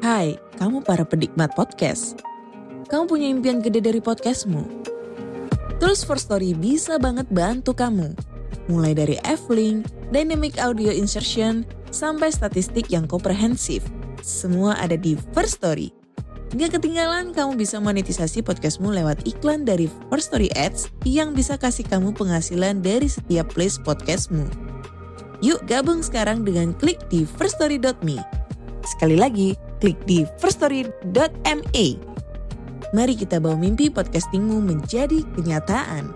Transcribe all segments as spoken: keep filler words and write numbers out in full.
Hai, kamu para penikmat podcast. Kamu punya impian gede dari podcastmu? Tools for Story bisa banget bantu kamu. Mulai dari F-Link, Dynamic Audio Insertion, sampai statistik yang komprehensif. Semua ada di First Story. Gak ketinggalan kamu bisa monetisasi podcastmu lewat iklan dari First Story Ads yang bisa kasih kamu penghasilan dari setiap place podcastmu. Yuk gabung sekarang dengan klik di first story dot me. Sekali lagi, klik di first story dot me. Mari kita bawa mimpi podcastingmu menjadi kenyataan.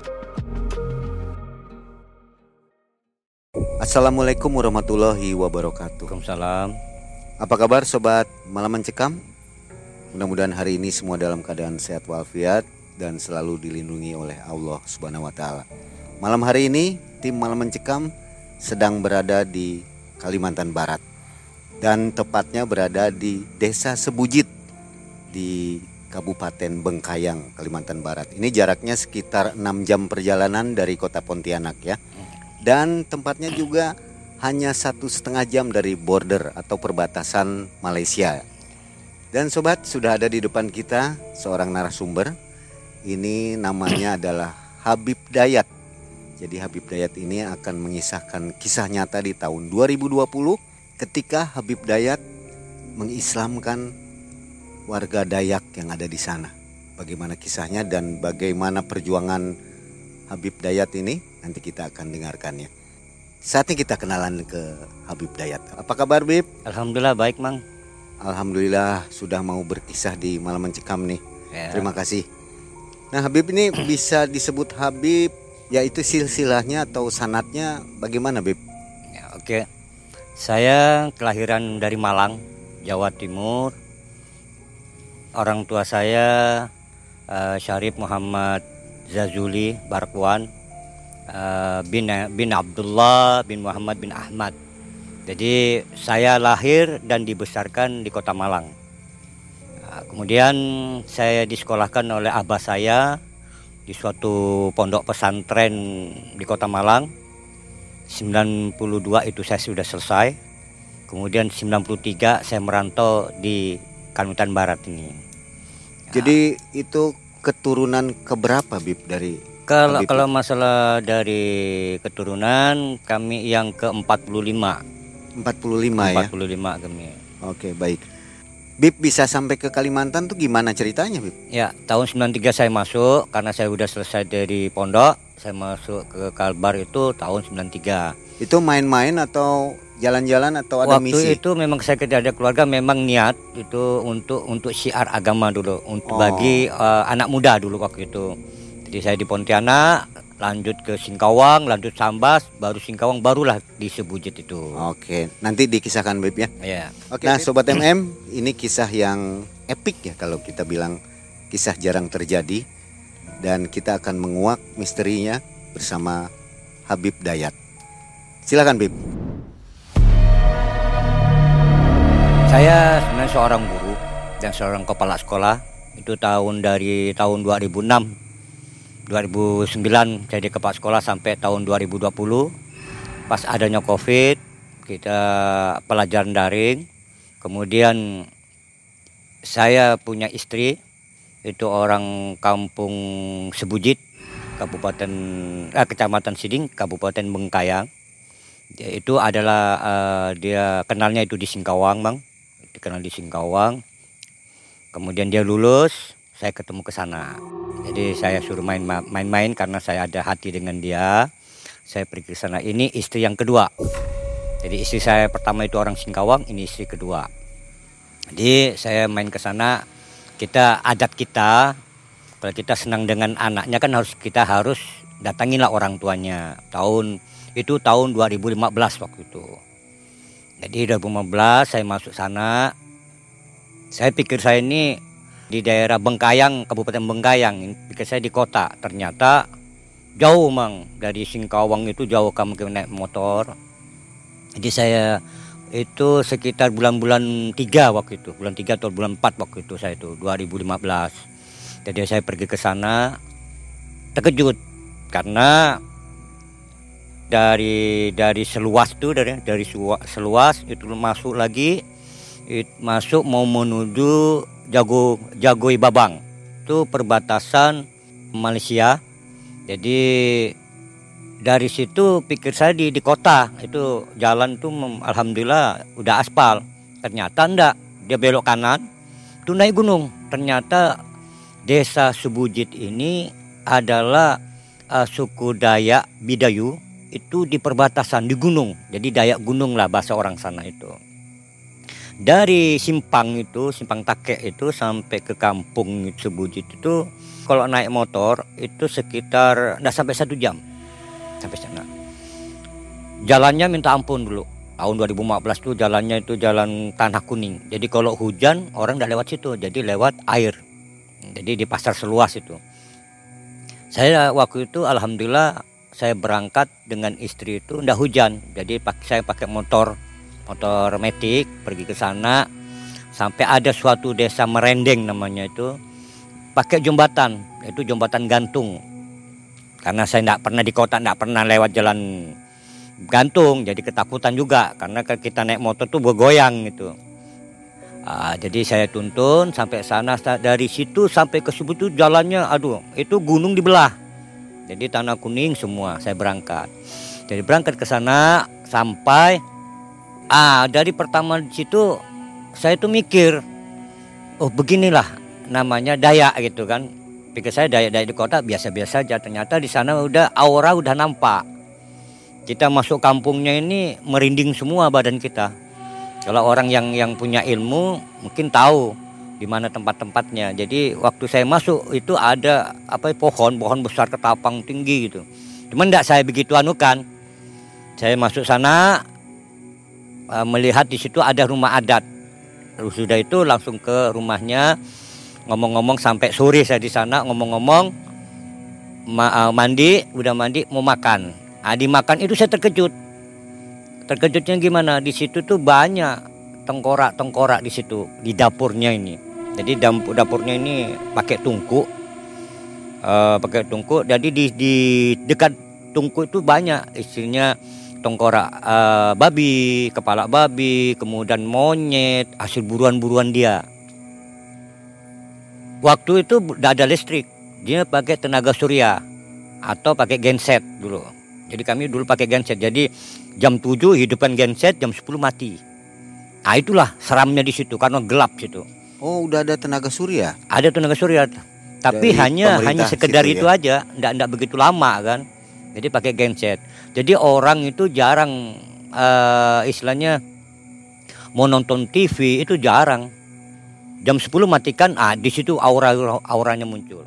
Assalamualaikum warahmatullahi wabarakatuh. Waalaikumsalam. Apa kabar sobat Malam Mencekam? Mudah-mudahan hari ini semua dalam keadaan sehat walafiat dan selalu dilindungi oleh Allah Subhanahu wa taala. Malam hari ini tim Malam Mencekam sedang berada di Kalimantan Barat dan tepatnya berada di Desa Sebujit di Kabupaten Bengkayang, Kalimantan Barat. Ini jaraknya sekitar enam jam perjalanan dari kota Pontianak ya. Dan tempatnya juga hanya satu setengah jam dari border atau perbatasan Malaysia. Dan sobat, sudah ada di depan kita seorang narasumber. Ini namanya adalah Habib Dayat. Jadi Habib Dayat ini akan mengisahkan kisah nyata di tahun dua ribu dua puluh ketika Habib Dayat mengislamkan warga Dayak yang ada di sana. Bagaimana kisahnya dan bagaimana perjuangan Habib Dayat ini, nanti kita akan dengarkannya. Saatnya kita kenalan ke Habib Dayat. Apa kabar, Bib? Alhamdulillah baik, Mang. Alhamdulillah sudah mau berkisah di Malam Mencekam nih. Ya. Terima kasih. Nah, Habib ini bisa disebut Habib, yaitu silsilahnya atau sanatnya bagaimana, Bib? Ya, oke. Saya kelahiran dari Malang, Jawa Timur. Orang tua saya uh, Syarif Muhammad Zazuli Barkwan uh, bin bin Abdullah bin Muhammad bin Ahmad. Jadi saya lahir dan dibesarkan di Kota Malang. Nah, kemudian saya disekolahkan oleh abah saya di suatu pondok pesantren di Kota Malang. sembilan puluh dua itu saya sudah selesai. Kemudian sembilan puluh tiga saya merantau di Kalimantan Barat ini. Jadi nah, itu keturunan keberapa, Bib, dari Kalau kalau masalah dari keturunan kami yang ke empat puluh lima. empat puluh lima ya. empat puluh lima kami. Oke, baik. Bib bisa sampai ke Kalimantan tuh gimana ceritanya, Bib? Ya, tahun sembilan puluh tiga saya masuk karena saya udah selesai dari pondok, saya masuk ke Kalbar itu tahun sembilan puluh tiga. Itu main-main atau jalan-jalan atau ada Waktu misi? Waktu itu memang saya kerja ada keluarga, memang niat itu untuk untuk syiar agama dulu, untuk oh. bagi uh, anak muda dulu waktu itu. Jadi saya di Pontianak, lanjut ke Singkawang, lanjut Sambas, baru Singkawang, barulah di Sebujit itu. Oke, nanti dikisahkan, Bib ya. Iya. Oke, nah, Sobat M M, ini kisah yang epik ya kalau kita bilang, kisah jarang terjadi, dan kita akan menguak misterinya bersama Habib Dayat. Silakan, Bib. Saya sebenarnya seorang guru dan seorang kepala sekolah. Itu tahun dari tahun dua ribu enam. dua ribu sembilan jadi kepala sekolah sampai tahun dua ribu dua puluh. Pas adanya Covid, kita pelajaran daring. Kemudian saya punya istri, itu orang kampung Sebujit, Kabupaten eh, Kecamatan Siding, Kabupaten Bengkayang. Dia itu adalah uh, dia kenalnya itu di Singkawang, Bang. Dikenal di Singkawang. Kemudian dia lulus, saya ketemu ke sana. Jadi saya suruh main main-main karena saya ada hati dengan dia. Saya pergi ke sana. Ini istri yang kedua. Jadi istri saya pertama itu orang Singkawang, ini istri kedua. Jadi saya main ke sana. Kita adat kita, kalau kita senang dengan anaknya kan harus kita harus datangilah orang tuanya. Tahun itu tahun dua ribu lima belas waktu itu. Jadi dua ribu lima belas saya masuk sana. Saya pikir saya ini di daerah Bengkayang, Kabupaten Bengkayang. Pikir saya di kota. Ternyata jauh, Mang. Dari Singkawang itu jauh, kamu naik motor. Jadi saya itu sekitar bulan-bulan tiga waktu itu. Bulan tiga atau bulan empat waktu itu saya itu, dua ribu lima belas. Jadi saya pergi ke sana. Terkejut. Karena dari dari seluas itu dari dari seluas itu masuk lagi It, masuk mau menuju Jago Jagoi Babang. Itu perbatasan Malaysia. Jadi dari situ pikir saya di, di kota itu jalan tuh alhamdulillah udah aspal. Ternyata enggak, dia belok kanan, itu naik gunung. Ternyata desa Subujit ini adalah uh, suku Dayak Bidayu, itu di perbatasan di gunung. Jadi Dayak gunung lah bahasa orang sana itu. Dari Simpang itu, Simpang Takek itu sampai ke kampung Subujit itu kalau naik motor itu sekitar enggak sampai satu jam. Sampai sana. Jalannya minta ampun dulu. Tahun dua ribu empat belas tuh jalannya itu jalan tanah kuning. Jadi kalau hujan orang tidak lewat situ, jadi lewat air. Jadi di pasar seluas itu. Saya waktu itu alhamdulillah saya berangkat dengan istri itu tidak hujan. Jadi saya pakai motor, motor metik pergi ke sana sampai ada suatu desa Merendeng namanya itu pakai jembatan, itu jembatan gantung. Karena saya tidak pernah di kota, tidak pernah lewat jalan gantung, jadi ketakutan juga karena kita naik motor tuh bergoyang gitu. Ah, jadi saya tuntun sampai sana, dari situ sampai ke Subujit itu jalannya, aduh, itu gunung dibelah. Jadi tanah kuning semua. Saya berangkat. Jadi berangkat ke sana sampai, ah dari pertama di situ saya tuh mikir, oh beginilah namanya Dayak gitu kan. Pikir saya Dayak-Dayak di kota biasa-biasa aja. Ternyata di sana udah aura udah nampak. Kita masuk kampungnya ini merinding semua badan kita. Kalau orang yang yang punya ilmu mungkin tahu di mana tempat-tempatnya. Jadi waktu saya masuk itu ada apa pohon, pohon besar ketapang tinggi gitu. Cuman enggak saya begitu anukan. Saya masuk sana melihat di situ ada rumah adat. Sudah itu langsung ke rumahnya. Ngomong-ngomong sampai sore saya di sana, ngomong-ngomong ma- mandi, udah mandi mau makan. Ah, dimakan itu saya terkejut. Terkejutnya gimana? Di situ tuh banyak tengkorak-tengkorak di situ di dapurnya ini. Jadi dapurnya ini pakai tungku, uh, pakai tungku. Jadi di, di dekat tungku itu banyak isinya tengkorak uh, babi, kepala babi, kemudian monyet, hasil buruan-buruan dia. Waktu itu tidak ada listrik, dia pakai tenaga surya atau pakai genset dulu. Jadi kami dulu pakai genset. Jadi jam tujuh hidupkan genset, jam sepuluh mati. Nah itulah seramnya di situ karena gelap situ. Oh, udah ada tenaga surya? Ada tenaga surya, tapi dari hanya hanya sekedar situ, itu ya? aja, enggak enggak begitu lama kan. Jadi pakai genset. Jadi orang itu jarang uh, istilahnya mau nonton T V itu jarang. Jam sepuluh matikan, ah di situ aura auranya muncul.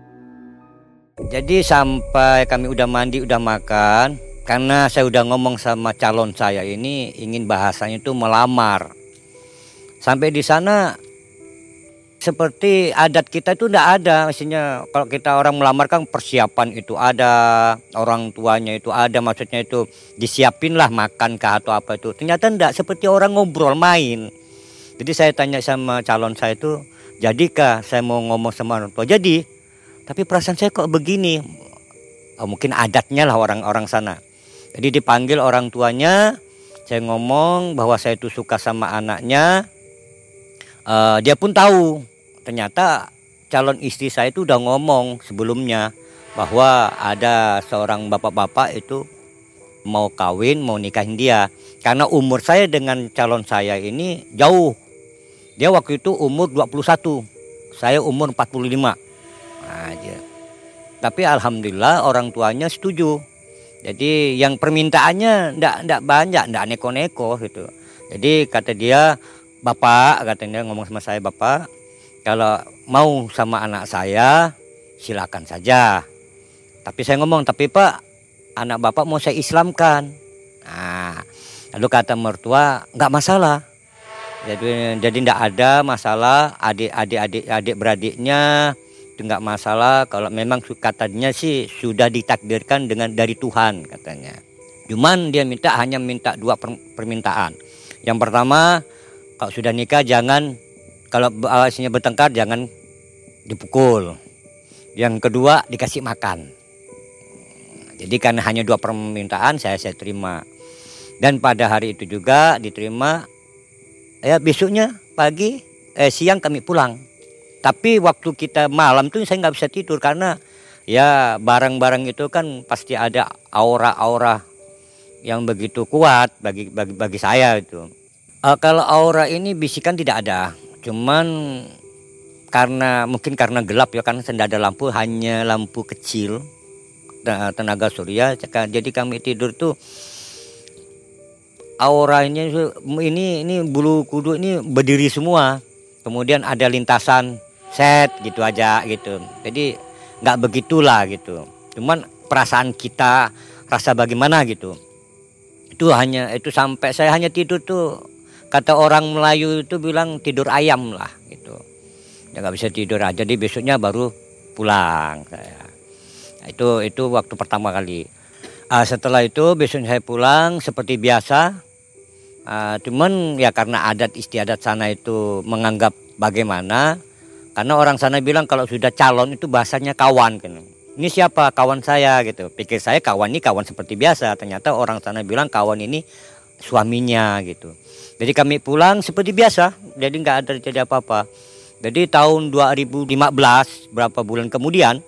Jadi sampai kami udah mandi, udah makan, karena saya udah ngomong sama calon saya ini ingin bahasanya itu melamar. Sampai di sana seperti adat kita itu enggak ada, maksudnya kalau kita orang melamar kan persiapan itu ada, orang tuanya itu ada, maksudnya itu disiapin lah makan kah atau apa itu. Ternyata enggak, seperti orang ngobrol main. Jadi saya tanya sama calon saya itu, jadikah saya mau ngomong sama orang tua? Jadi, tapi perasaan saya kok begini. Oh, mungkin adatnya lah orang-orang sana. Jadi dipanggil orang tuanya, saya ngomong bahwa saya itu suka sama anaknya. Uh, dia pun tahu, ternyata calon istri saya itu udah ngomong sebelumnya bahwa ada seorang bapak-bapak itu mau kawin, mau nikahin dia. Karena umur saya dengan calon saya ini jauh. Dia waktu itu umur dua puluh satu, saya umur empat puluh lima. Nah, dia. Tapi alhamdulillah orang tuanya setuju. Jadi yang permintaannya ndak ndak banyak, ndak neko-neko gitu. Jadi kata dia, "Bapak," katanya ngomong sama saya, "Bapak, kalau mau sama anak saya silakan saja." Tapi saya ngomong, "Tapi Pak, anak Bapak mau saya Islamkan." Nah, lalu kata mertua, "Enggak masalah." Jadi jadi enggak ada masalah, adik-adik adik adik beradiknya itu enggak masalah kalau memang katanya sih sudah ditakdirkan dengan dari Tuhan katanya. Cuman dia minta hanya minta dua per, permintaan. Yang pertama, kalau sudah nikah jangan, kalau awalnya bertengkar jangan dipukul. Yang kedua dikasih makan. Jadi karena hanya dua permintaan saya saya terima. Dan pada hari itu juga diterima ya besoknya pagi eh, siang kami pulang. Tapi waktu kita malam tuh saya nggak bisa tidur karena ya barang-barang itu kan pasti ada aura-aura yang begitu kuat bagi bagi bagi saya itu. Uh, kalau aura ini bisikan tidak ada, cuman karena mungkin karena gelap ya, karena tidak ada lampu, hanya lampu kecil tenaga surya. Jadi kami tidur tuh auranya ini ini bulu kuduk ini berdiri semua. Kemudian ada lintasan set gitu aja gitu. Jadi nggak begitulah gitu. Cuman perasaan kita rasa bagaimana gitu. Itu hanya itu sampai saya hanya tidur tuh, kata orang Melayu itu bilang tidur ayam lah gitu. Ya nggak bisa tidur aja. Jadi besoknya baru pulang saya. Itu itu waktu pertama kali. Uh, setelah itu besoknya saya pulang seperti biasa. Uh, cuman ya karena adat istiadat sana itu menganggap bagaimana. Karena orang sana bilang kalau sudah calon itu bahasanya kawan kan. Ini siapa? Kawan saya gitu. Pikir saya kawan ini kawan seperti biasa. Ternyata orang sana bilang kawan ini suaminya gitu. Jadi kami pulang seperti biasa. Jadi nggak ada terjadi apa-apa. Jadi tahun dua ribu lima belas berapa bulan kemudian,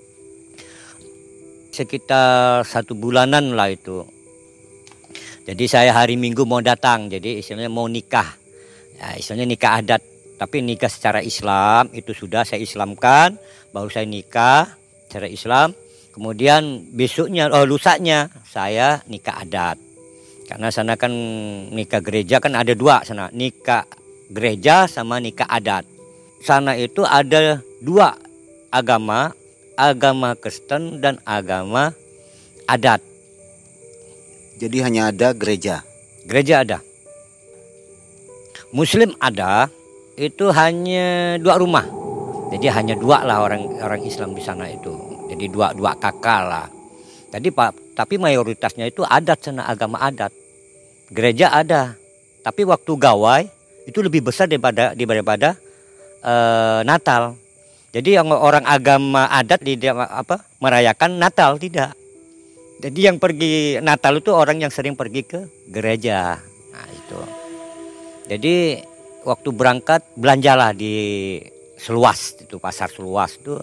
sekitar satu bulanan lah itu. Jadi saya hari Minggu mau datang. Jadi istilahnya mau nikah. Ya, istilahnya nikah adat. Tapi nikah secara Islam itu sudah saya Islamkan. Baru saya nikah secara Islam. Kemudian besoknya, oh lusanya saya nikah adat. Karena sana kan nikah gereja kan ada dua sana. Nikah gereja sama nikah adat. Sana itu ada dua agama. Agama Kristen dan agama adat. Jadi hanya ada gereja. Gereja ada. Muslim ada. Itu hanya dua rumah. Jadi hanya dua lah orang orang Islam di sana itu. Jadi dua dua kakak lah. Jadi Pak, tapi mayoritasnya itu adat sana, agama adat. Gereja ada. Tapi waktu gawai itu lebih besar daripada daripada uh, Natal. Jadi yang orang agama adat tidak apa merayakan Natal tidak. Jadi yang pergi Natal itu orang yang sering pergi ke gereja. Nah itu. Jadi waktu berangkat belanjalah di Seluas itu, pasar Seluas itu.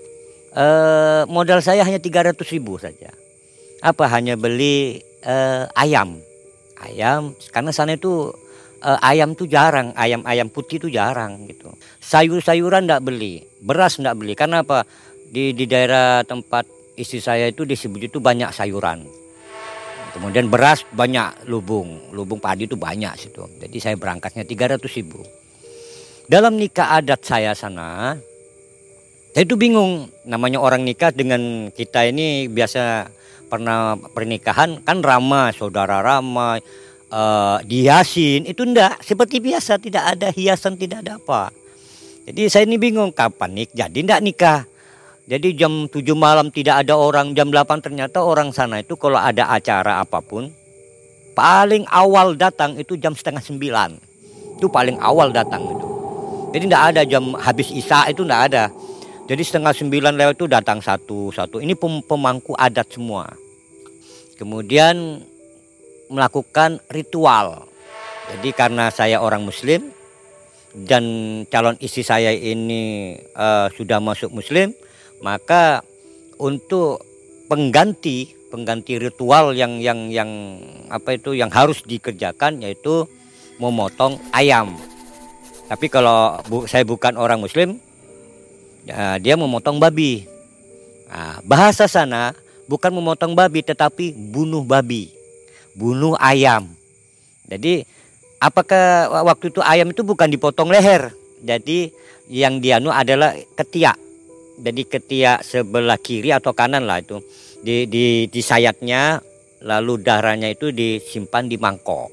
Eh, modal saya hanya tiga ratus ribu saja. Apa hanya beli eh, ayam. Ayam karena sana itu Uh, ayam tuh jarang, ayam-ayam putih tuh jarang gitu. Sayur-sayuran enggak beli, beras enggak beli. Karena apa? Di di daerah tempat istri saya itu di Sibuju itu banyak sayuran. Kemudian beras banyak, lubung, lubung padi itu banyak situ. Jadi saya berangkatnya tiga ratus ribu. Dalam nikah adat saya sana, saya itu bingung. Namanya orang nikah dengan kita ini biasa pernah pernikahan kan ramah, saudara ramah. Uh, dihiasin itu enggak seperti biasa, tidak ada hiasan, tidak ada apa. Jadi saya ini bingung kapan nik jadi enggak nikah. Jadi jam tujuh malam tidak ada orang, jam delapan ternyata orang sana itu kalau ada acara apapun paling awal datang itu jam setengah sembilan. Itu paling awal datang itu. Jadi enggak ada jam habis isya itu enggak ada. Jadi setengah sembilan lewat itu datang satu-satu. Ini pemangku adat semua. Kemudian melakukan ritual. Jadi karena saya orang Muslim dan calon istri saya ini uh, sudah masuk Muslim, maka untuk pengganti pengganti ritual yang yang yang apa itu yang harus dikerjakan yaitu memotong ayam. Tapi kalau bu, saya bukan orang Muslim, uh, dia memotong babi. Nah, bahasa sana bukan memotong babi tetapi bunuh babi. Bunuh ayam. Jadi apakah waktu itu ayam itu bukan dipotong leher. Jadi yang dianu adalah ketiak. Jadi ketiak sebelah kiri atau kanan lah itu. Di, di, di sayatnya lalu darahnya itu disimpan di mangkok.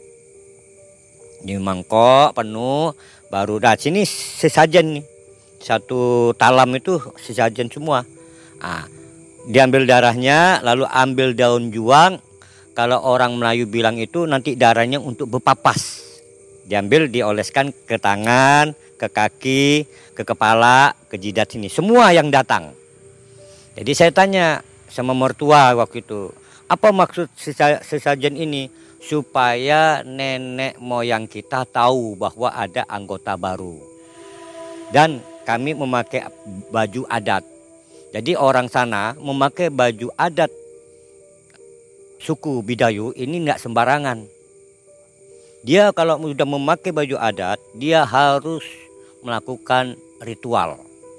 Di mangkok penuh baru dah sini sesajen nih. Satu talam itu sesajen semua. Nah, diambil darahnya lalu ambil daun juang. Kalau orang Melayu bilang itu nanti darahnya untuk berpapas. Diambil dioleskan ke tangan, ke kaki, ke kepala, ke jidat sini. Semua yang datang. Jadi saya tanya sama mertua waktu itu. Apa maksud sesajen ini? supaya nenek moyang kita tahu bahwa ada anggota baru. Dan kami memakai baju adat. Jadi orang sana memakai baju adat suku Bidayu ini nggak sembarangan. Dia kalau sudah memakai baju adat, dia harus melakukan ritual.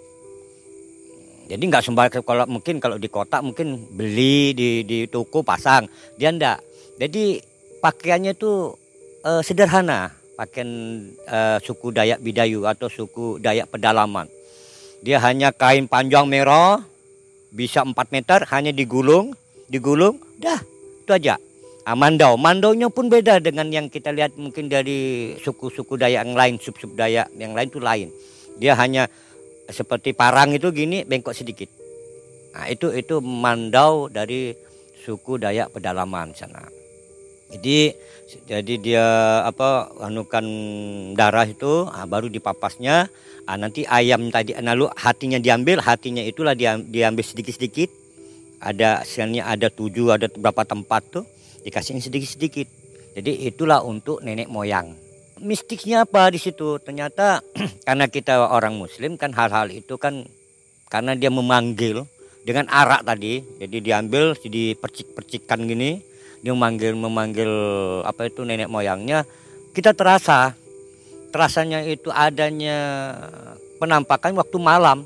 Jadi nggak sembarangan. Kalau mungkin kalau di kota mungkin beli di di toko pasang, dia enggak. Jadi pakaiannya itu uh, sederhana, pakaian uh, suku Dayak Bidayu atau suku Dayak Pedalaman. Dia hanya kain panjang merah, bisa empat meter, hanya digulung, digulung, dah itu aja. Ah, mandau, mandaunya pun beda dengan yang kita lihat mungkin dari suku-suku Dayak yang lain, sub-sub Dayak yang lain itu lain. Dia hanya seperti parang itu gini, bengkok sedikit. Nah, itu itu mandau dari suku Dayak Pedalaman sana. Jadi jadi dia apa anukan darah itu, ah, baru dipapasnya. Ah, nanti ayam tadi lalu hatinya diambil, hatinya itulah dia diambil sedikit-sedikit. Ada misalnya ada tujuh, ada berapa tempat tuh dikasihin sedikit-sedikit. Jadi itulah untuk nenek moyang. Mistiknya apa di situ? Ternyata karena kita orang Muslim kan hal-hal itu kan karena dia memanggil dengan arak tadi. Jadi diambil, dipercik-percikkan gini, dia memanggil memanggil apa itu nenek moyangnya. Kita terasa terasanya itu adanya penampakan waktu malam.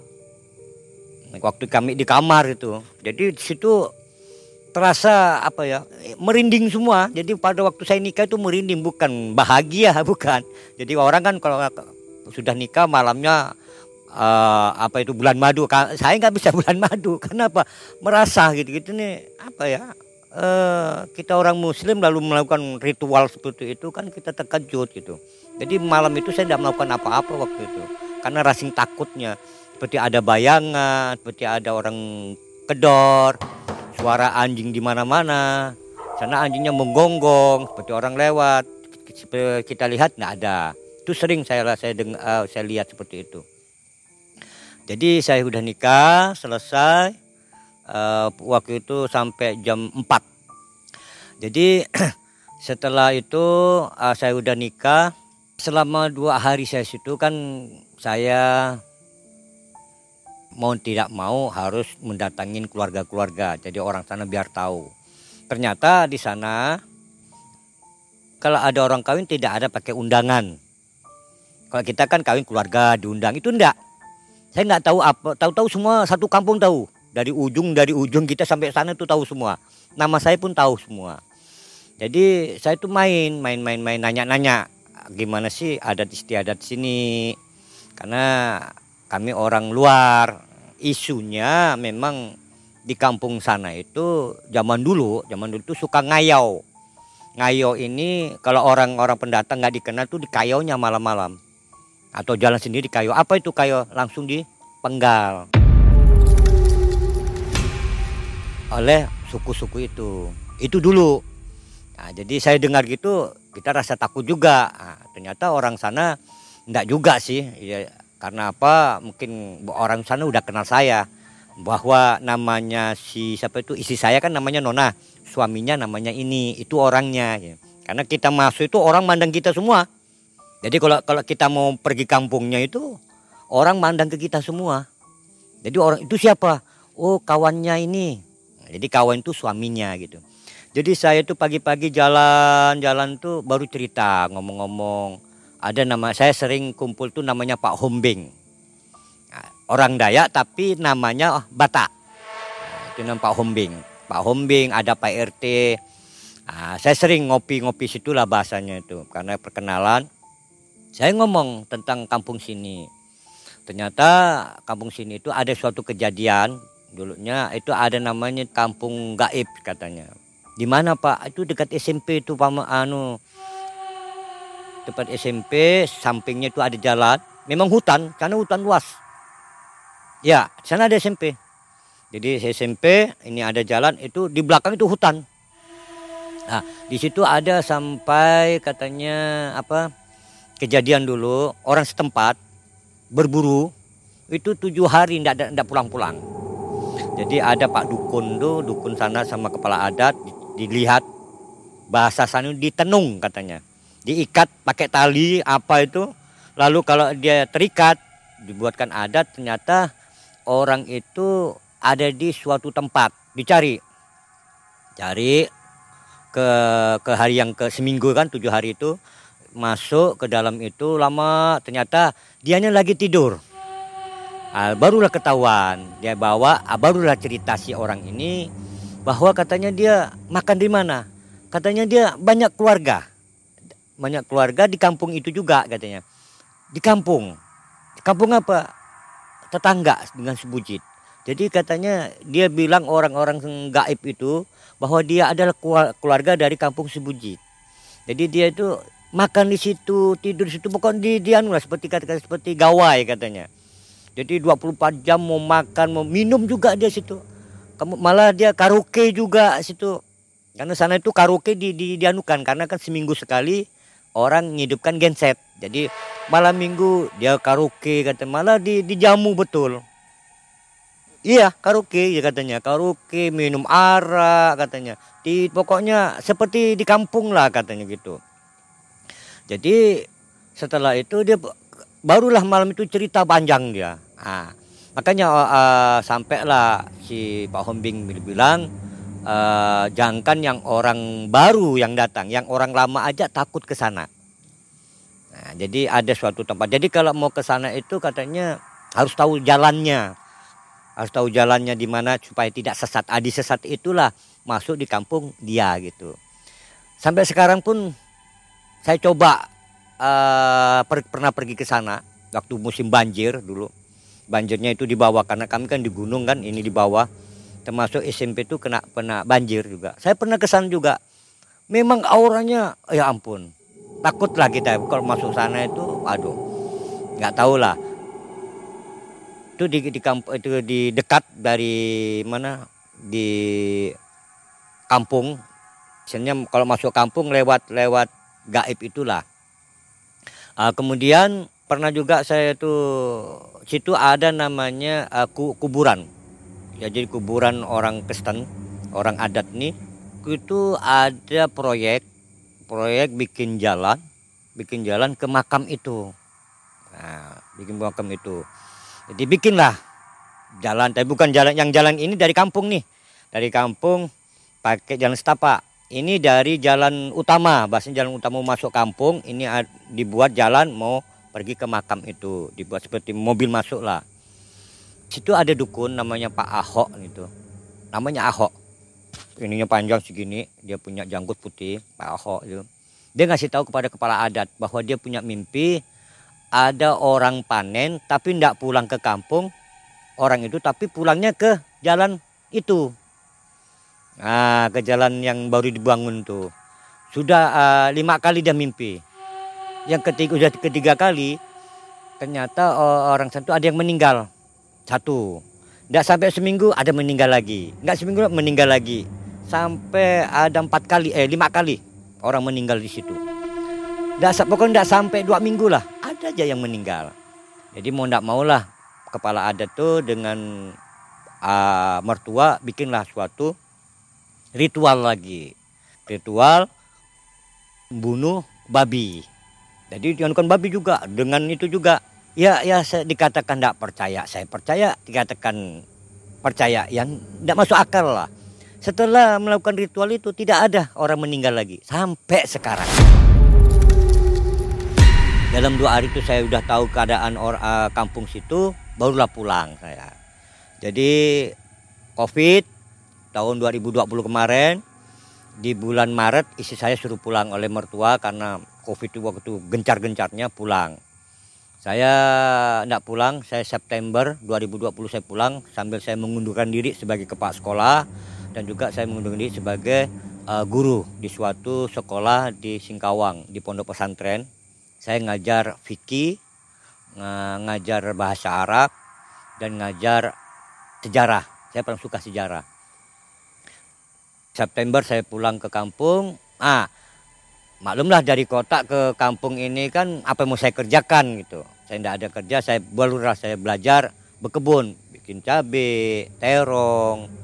Waktu kami di kamar itu. Jadi di situ terasa apa ya, merinding semua. Jadi pada waktu saya nikah itu merinding, bukan bahagia, bukan. Jadi orang kan kalau sudah nikah malamnya uh, apa itu bulan madu. Saya nggak bisa bulan madu. Kenapa? Merasa gitu-gitu nih apa ya? Uh, kita orang Muslim lalu melakukan ritual seperti itu kan kita terkejut gitu. Jadi malam itu saya tidak melakukan apa-apa waktu itu karena rasing takutnya, seperti ada bayangan, seperti ada orang kedor, suara anjing di mana-mana, sana anjingnya menggonggong, seperti orang lewat. Kita lihat nggak ada. Itu sering saya saya dengar, uh, saya lihat seperti itu. Jadi saya udah nikah selesai uh, waktu itu sampai jam empat. Jadi setelah itu uh, saya udah nikah. Selama dua hari saya situ kan saya mau tidak mau harus mendatangin keluarga-keluarga. Jadi orang sana biar tahu. Ternyata di sana kalau ada orang kawin tidak ada pakai undangan. Kalau kita kan kawin keluarga diundang, itu enggak. Saya nggak tahu apa, tahu-tahu semua satu kampung tahu. Dari ujung dari ujung kita sampai sana tuh tahu semua. Nama saya pun tahu semua. Jadi saya tuh main, main-main-main nanya-nanya. Gimana sih adat istiadat sini, karena kami orang luar. Isunya memang di kampung sana itu zaman dulu zaman dulu tuh suka ngayau. Ngayau ini kalau orang-orang pendatang nggak dikenal tuh dikayaunya malam-malam atau jalan sendiri kayo. Apa itu kayo? Langsung dipenggal oleh suku-suku itu itu dulu. Nah, jadi saya dengar gitu kita rasa takut juga. Nah, ternyata orang sana enggak juga sih. Ya, karena apa? Mungkin orang sana udah kenal saya. Bahwa namanya si siapa itu istri saya kan namanya Nona. Suaminya namanya ini, itu orangnya. Ya. Karena kita masuk itu orang mandang kita semua. Jadi kalau kalau kita mau pergi kampungnya itu orang mandang ke kita semua. Jadi orang itu siapa? Oh, kawannya ini. Jadi kawan itu suaminya gitu. Jadi saya tuh pagi-pagi jalan-jalan tuh baru cerita ngomong-ngomong. Ada nama saya sering kumpul tuh namanya Pak Hombing. Nah, orang Dayak tapi namanya oh, Batak. Nah, itu nama Pak Hombing. Pak Hombing ada Pak R T. Nah, saya sering ngopi-ngopi situlah bahasanya itu karena perkenalan. Saya ngomong tentang kampung sini. Ternyata kampung sini itu ada suatu kejadian. Dulunya itu ada namanya kampung gaib katanya. Di mana Pak? Itu dekat S M P itu Pak anu. Dekat S M P, sampingnya itu ada jalan. Memang hutan, karena hutan luas. Ya, sana ada S M P. Jadi S M P ini ada jalan, itu di belakang itu hutan. Nah, di situ ada sampai katanya apa? Kejadian dulu orang setempat berburu itu tujuh hari ndak ndak pulang-pulang. Jadi ada Pak Dukun tuh, dukun sana sama kepala adat dilihat bahasa sana ditenung katanya. Diikat pakai tali apa itu. Lalu kalau dia terikat, dibuatkan adat, ternyata orang itu ada di suatu tempat, dicari. Cari ke ke hari yang ke seminggu kan, tujuh hari itu. Masuk ke dalam itu lama, ternyata dianya lagi tidur. Nah, barulah ketahuan, dia bawa, barulah cerita si orang ini bahwa katanya dia makan di mana. Katanya dia banyak keluarga, banyak keluarga di kampung itu juga katanya. Di kampung, di kampung apa? Tetangga dengan Sebujit. Jadi katanya dia bilang orang-orang gaib itu bahwa dia adalah keluarga dari kampung Sebujit. Jadi dia itu makan di situ, tidur di situ, bukan di dia anu lah, seperti kata seperti gawai katanya. Jadi dua puluh empat jam mau makan, mau minum juga dia situ. Kamu malah dia karaoke juga situ. Karena sana itu karaoke di, di dianukan karena kan seminggu sekali orang ngidupkan genset. Jadi malam minggu dia karaoke kata, malah di dijamu betul. Iya, karaoke ya katanya. Karaoke, minum arak katanya. Di pokoknya seperti di kampung lah katanya gitu. Jadi setelah itu dia barulah malam itu cerita panjang dia. Nah, makanya uh, sampailah si Pak Hombing bilang uh, jangankan yang orang baru yang datang, yang orang lama aja takut ke sana. Nah, jadi ada suatu tempat. Jadi kalau mau ke sana itu katanya harus tahu jalannya. Harus tahu jalannya di mana supaya tidak sesat. Adi sesat itulah masuk di kampung dia gitu. Sampai sekarang pun saya coba uh, per, pernah pergi ke sana waktu musim banjir dulu. Banjirnya itu di bawah karena kami kan di gunung kan, ini di bawah. Termasuk S M P itu kena kena banjir juga. Saya pernah ke sana juga. Memang auranya ya ampun. Takutlah kita kalau masuk sana itu, aduh. Enggak tahu lah. Itu di di kampung itu di dekat dari mana? Di kampung. Misalnya kalau masuk kampung lewat lewat gaib itulah. Uh, kemudian pernah juga saya tuh situ ada namanya uh, kuburan. Ya, jadi kuburan orang Kristen, orang adat nih. Itu ada proyek, proyek bikin jalan, bikin jalan ke makam itu. Nah, bikin makam itu. Jadi bikinlah jalan, tapi bukan jalan yang jalan ini dari kampung nih. Dari kampung pakai jalan setapak. Ini dari jalan utama, bahasanya jalan utama masuk kampung, ini dibuat jalan mau pergi ke makam itu, dibuat seperti mobil masuk lah. Situ ada dukun namanya Pak Ahok gitu. Namanya Ahok. Ininya panjang segini, dia punya janggut putih, Pak Ahok itu. Dia ngasih tahu kepada kepala adat bahwa dia punya mimpi ada orang panen tapi tidak pulang ke kampung orang itu, tapi pulangnya ke jalan itu. Nah, ke jalan yang baru dibangun tuh. Sudah uh, lima kali dia mimpi. Yang ketiga, udah ketiga kali ternyata uh, orang satu ada yang meninggal. Satu. Nggak sampai seminggu ada meninggal lagi. Nggak seminggu meninggal lagi. Sampai ada empat kali, eh lima kali orang meninggal di situ. Nggak, pokoknya nggak sampai dua minggu lah. Ada aja yang meninggal. Jadi mau nggak mau lah kepala adat tuh dengan uh, mertua bikinlah suatu ritual lagi. Ritual bunuh babi. Jadi dianukan babi juga. Dengan itu juga. Ya, ya saya dikatakan tidak percaya. Saya percaya, dikatakan percaya. Yang tidak masuk akal lah. Setelah melakukan ritual itu tidak ada orang meninggal lagi. Sampai sekarang. Dalam dua hari itu saya udah tahu keadaan or, uh, kampung situ. Barulah pulang saya. Jadi Covid tahun dua ribu dua puluh kemarin. Di bulan Maret istri saya suruh pulang oleh mertua karena Covid itu waktu gencar-gencarnya pulang. Saya tidak pulang, saya September dua ribu dua puluh saya pulang sambil saya mengundurkan diri sebagai kepala sekolah dan juga saya mengundurkan diri sebagai uh, guru di suatu sekolah di Singkawang di pondok pesantren. Saya ngajar fikih, ng- ngajar bahasa Arab dan ngajar sejarah. Saya paling suka sejarah. September saya pulang ke kampung. Ah, maklumlah dari kota ke kampung ini kan apa yang mau saya kerjakan gitu. Saya tidak ada kerja, saya barulah saya belajar berkebun, bikin cabai, terong,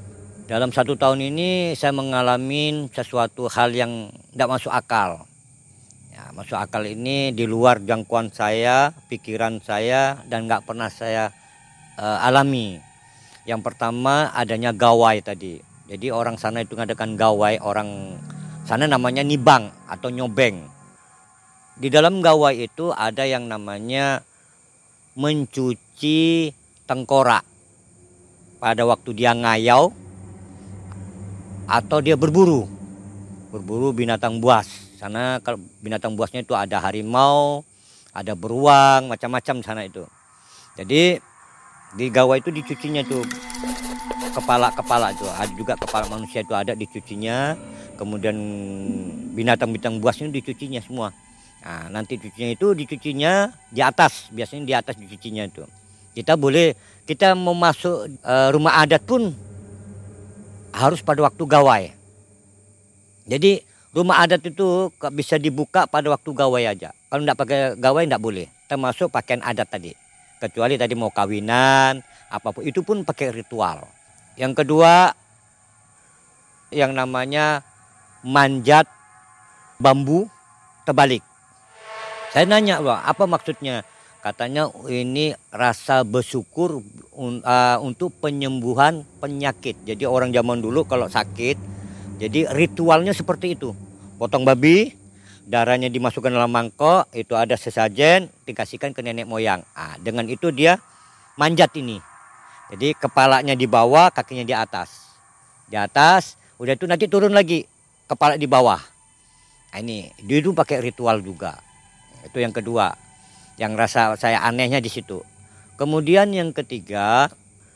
Dalam satu tahun ini saya mengalami sesuatu hal yang tidak masuk akal. Ya, masuk akal ini di luar jangkauan saya, pikiran saya, dan nggak pernah saya uh, alami. Yang pertama adanya gawai tadi. Jadi orang sana itu mengadakan gawai, orang sana namanya nibang atau nyobeng. Di dalam gawai itu ada yang namanya mencuci tengkorak pada waktu dia ngayau atau dia berburu, berburu binatang buas. Sana kalau binatang buasnya itu ada harimau, ada beruang, macam-macam sana itu. Jadi di gawai itu dicucinya tuh kepala-kepala itu, ada juga kepala manusia itu ada dicucinya. Kemudian binatang-binatang buasnya dicucinya semua. Nah, nanti cucinya itu dicucinya di atas, biasanya di atas dicucinya itu. Kita boleh, kita mau masuk uh, rumah adat pun harus pada waktu gawai. Jadi rumah adat itu bisa dibuka pada waktu gawai aja. Kalau tidak pakai gawai tidak boleh. Termasuk pakaian adat tadi. Kecuali tadi mau kawinan, apapun itu pun pakai ritual. Yang kedua yang namanya manjat bambu terbalik. Saya nanya, wah, apa maksudnya? Katanya ini rasa bersyukur uh, untuk penyembuhan penyakit. Jadi orang zaman dulu kalau sakit, jadi ritualnya seperti itu. Potong babi, darahnya dimasukkan dalam mangkok, itu ada sesajen, dikasihkan ke nenek moyang. Ah, dengan itu dia manjat ini. Jadi kepalanya di bawah, kakinya di atas. Di atas, udah itu nanti turun lagi, kepala di bawah. Nah, ini dia itu pakai ritual juga. Itu yang kedua. Yang rasa saya anehnya di situ. Kemudian yang ketiga,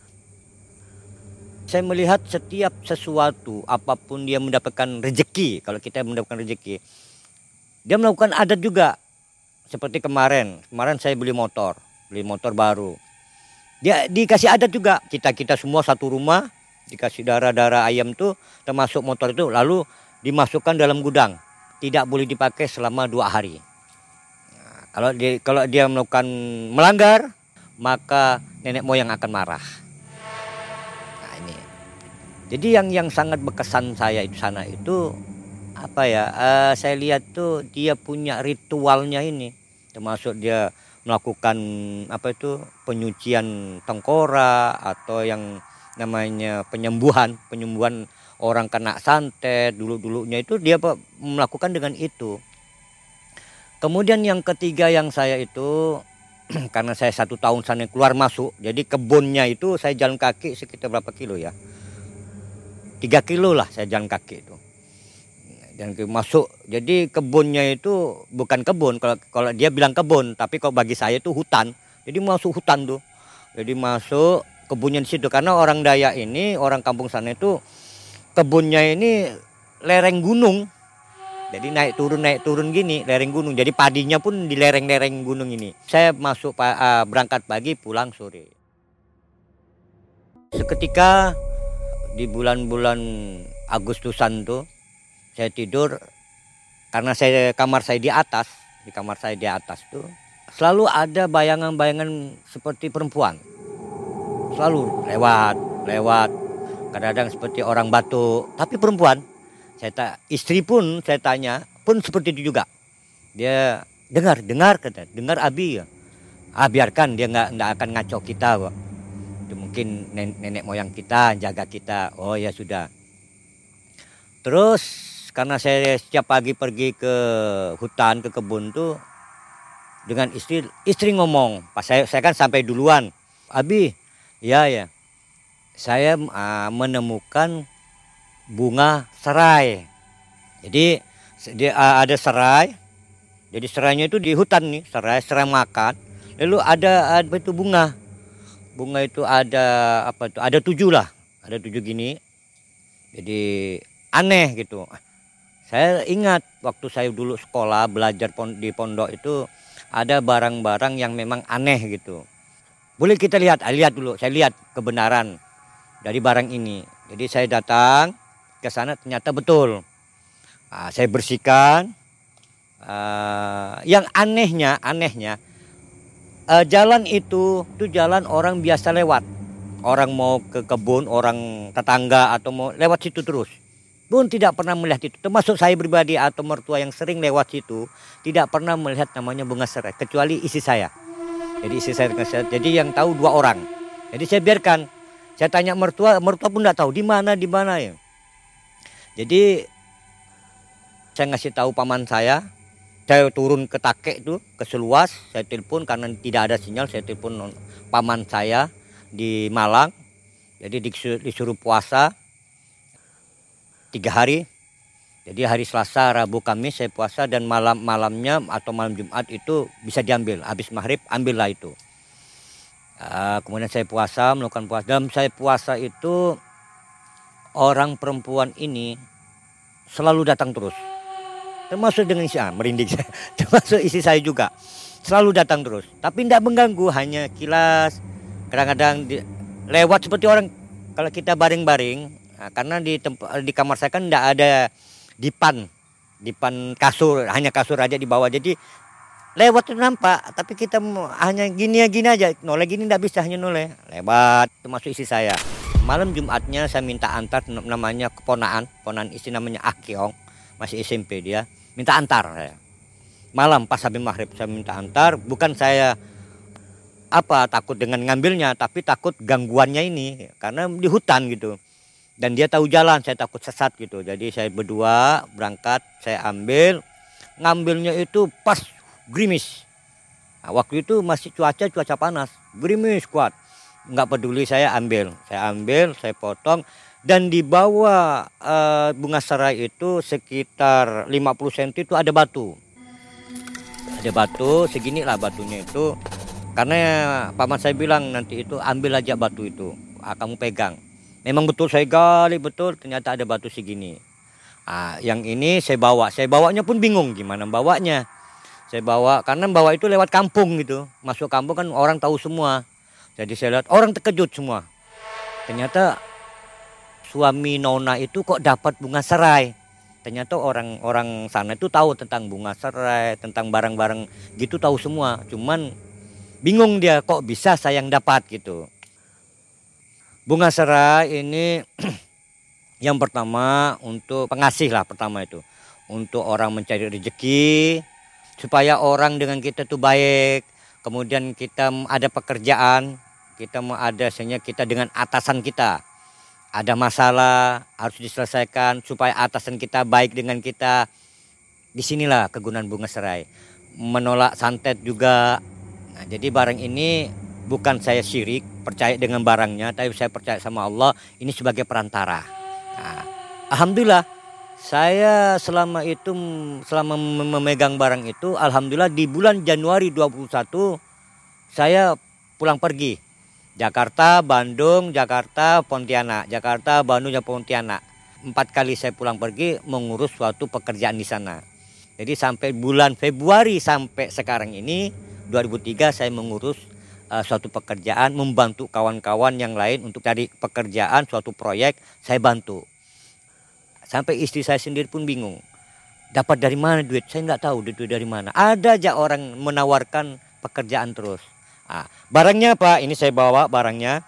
saya melihat setiap sesuatu, apapun dia mendapatkan rezeki, kalau kita mendapatkan rezeki, dia melakukan adat juga. Seperti kemarin, kemarin saya beli motor, beli motor baru. Dia dikasih adat juga. Kita-kita semua satu rumah, dikasih darah-darah ayam tuh, termasuk motor itu, lalu dimasukkan dalam gudang. Tidak boleh dipakai selama dua hari. Kalau dia, kalau dia melakukan melanggar, maka nenek moyang akan marah. Nah, ini. Jadi yang yang sangat berkesan saya di sana itu apa ya? Uh, saya lihat tuh dia punya ritualnya ini, termasuk dia melakukan apa itu penyucian tengkorak atau yang namanya penyembuhan, penyembuhan orang kena santet dulu-dulunya itu dia melakukan dengan itu. Kemudian yang ketiga yang saya itu, karena saya satu tahun sana keluar masuk, jadi kebunnya itu saya jalan kaki sekitar berapa kilo ya? Tiga kilo lah saya jalan kaki itu. Dan masuk, jadi kebunnya itu bukan kebun, kalau kalau dia bilang kebun, tapi kalau bagi saya itu hutan. Jadi masuk hutan tuh. Jadi masuk kebunnya di situ, karena orang Dayak ini, orang kampung sana itu kebunnya ini lereng gunung. Jadi naik turun naik turun gini lereng gunung. Jadi padinya pun di lereng-lereng gunung ini. Saya masuk uh, berangkat pagi pulang sore. Seketika di bulan-bulan Agustusan tuh saya tidur karena saya kamar saya di atas, di kamar saya di atas tuh selalu ada bayangan-bayangan seperti perempuan. Selalu lewat, lewat. Kadang-kadang seperti orang batuk, tapi perempuan. Saya tak, istri pun saya tanya pun seperti itu juga. Dia dengar, dengar kata, dengar Abi ya. Ah biarkan dia nggak nggak akan ngaco kita kok. Itu mungkin nenek, nenek moyang kita jaga kita. Oh ya sudah. Terus karena saya setiap pagi pergi ke hutan ke kebun tuh dengan istri, istri ngomong. Pas saya saya kan sampai duluan. Abi, ya ya. Saya uh, menemukan bunga serai. Jadi dia ada serai. Jadi serainya itu di hutan nih, serai, serai makan. Lalu ada ada itu bunga. Bunga itu ada apa itu? Ada tujuh lah. Ada tujuh gini. Jadi aneh gitu. Saya ingat waktu saya dulu sekolah belajar di pondok itu ada barang-barang yang memang aneh gitu. Boleh kita lihat, lihat dulu. Saya lihat kebenaran dari barang ini. Jadi saya datang ke sana ternyata betul. Nah, saya bersihkan. Uh, yang anehnya, anehnya uh, jalan itu itu jalan orang biasa lewat. Orang mau ke kebun, orang tetangga atau mau lewat situ terus. Pun tidak pernah melihat itu. Termasuk saya pribadi atau mertua yang sering lewat situ tidak pernah melihat namanya bunga serai kecuali istri saya. Jadi istri saya dengan saya. Jadi yang tahu dua orang. Jadi saya biarkan. Saya tanya mertua, mertua pun tidak tahu di mana di mana ya. Jadi saya ngasih tahu paman saya. Saya turun ke Takek itu ke Seluas. Saya telepon karena tidak ada sinyal. Saya telepon paman saya di Malang, jadi disuruh puasa tiga hari. Jadi hari Selasa, Rabu, Kamis saya puasa dan malam-malamnya atau malam Jumat itu bisa diambil. Habis maghrib ambillah itu. Uh, kemudian saya puasa, melakukan puasa. Dalam saya puasa itu orang perempuan ini selalu datang terus. Termasuk dengan isi, ah, merinding saya. Termasuk isi saya juga selalu datang terus. Tapi tidak mengganggu, hanya kilas. Kadang-kadang di, lewat seperti orang kalau kita baring-baring, nah, karena di tempat di kamar saya kan tidak ada dipan, dipan kasur, hanya kasur aja di bawah. Jadi lewat itu nampak, tapi kita hanya gini gini aja, noleh gini tidak bisa, hanya noleh lewat. Termasuk istri saya. Malam Jumatnya saya minta antar, namanya keponaan, keponaan istri namanya Akyong, masih S M P dia, minta antar saya. Malam pas habis maghrib saya minta antar, bukan saya apa takut dengan ngambilnya, tapi takut gangguannya ini karena di hutan gitu dan dia tahu jalan, saya takut sesat gitu. Jadi saya berdua berangkat, saya ambil, ngambilnya itu pas gerimis. Nah, waktu itu masih cuaca cuaca panas, gerimis kuat, nggak peduli, saya ambil saya ambil saya potong dan di bawah uh, bunga serai itu sekitar lima puluh sentimeter itu ada batu, ada batu segini lah batunya itu. Karena paman saya bilang nanti itu ambil aja batu itu, ah, kamu pegang. Memang betul saya gali betul, ternyata ada batu segini. Ah, yang ini saya bawa, saya bawanya pun bingung gimana bawanya. Saya bawa karena bawa itu lewat kampung gitu, masuk kampung kan orang tahu semua. Jadi saya lihat orang terkejut semua. Ternyata suami Nona itu kok dapat bunga serai. Ternyata orang-orang sana itu tahu tentang bunga serai, tentang barang-barang gitu tahu semua. Cuman bingung dia kok bisa saya yang dapat gitu. Bunga serai ini yang pertama untuk pengasih lah pertama itu. Untuk orang mencari rezeki, supaya orang dengan kita tuh baik. Kemudian kita ada pekerjaan, kita mau ada misalnya kita dengan atasan kita. Ada masalah harus diselesaikan supaya atasan kita baik dengan kita. Disinilah kegunaan bunga serai. Menolak santet juga. Nah, jadi barang ini bukan saya syirik, percaya dengan barangnya, tapi saya percaya sama Allah, ini sebagai perantara. Nah, alhamdulillah, saya selama itu, selama memegang barang itu, alhamdulillah di bulan Januari dua puluh satu, saya pulang pergi. Jakarta, Bandung, Jakarta, Pontianak, Jakarta, Bandung, Pontianak. Empat kali saya pulang pergi mengurus suatu pekerjaan di sana. Jadi sampai bulan Februari sampai sekarang ini, dua ribu tiga saya mengurus uh, suatu pekerjaan, membantu kawan-kawan yang lain untuk cari pekerjaan, suatu proyek, saya bantu. Sampai istri saya sendiri pun bingung. Dapat dari mana duit? Saya nggak tahu duit dari mana. Ada aja orang menawarkan pekerjaan terus. Nah, barangnya apa? Ini saya bawa barangnya.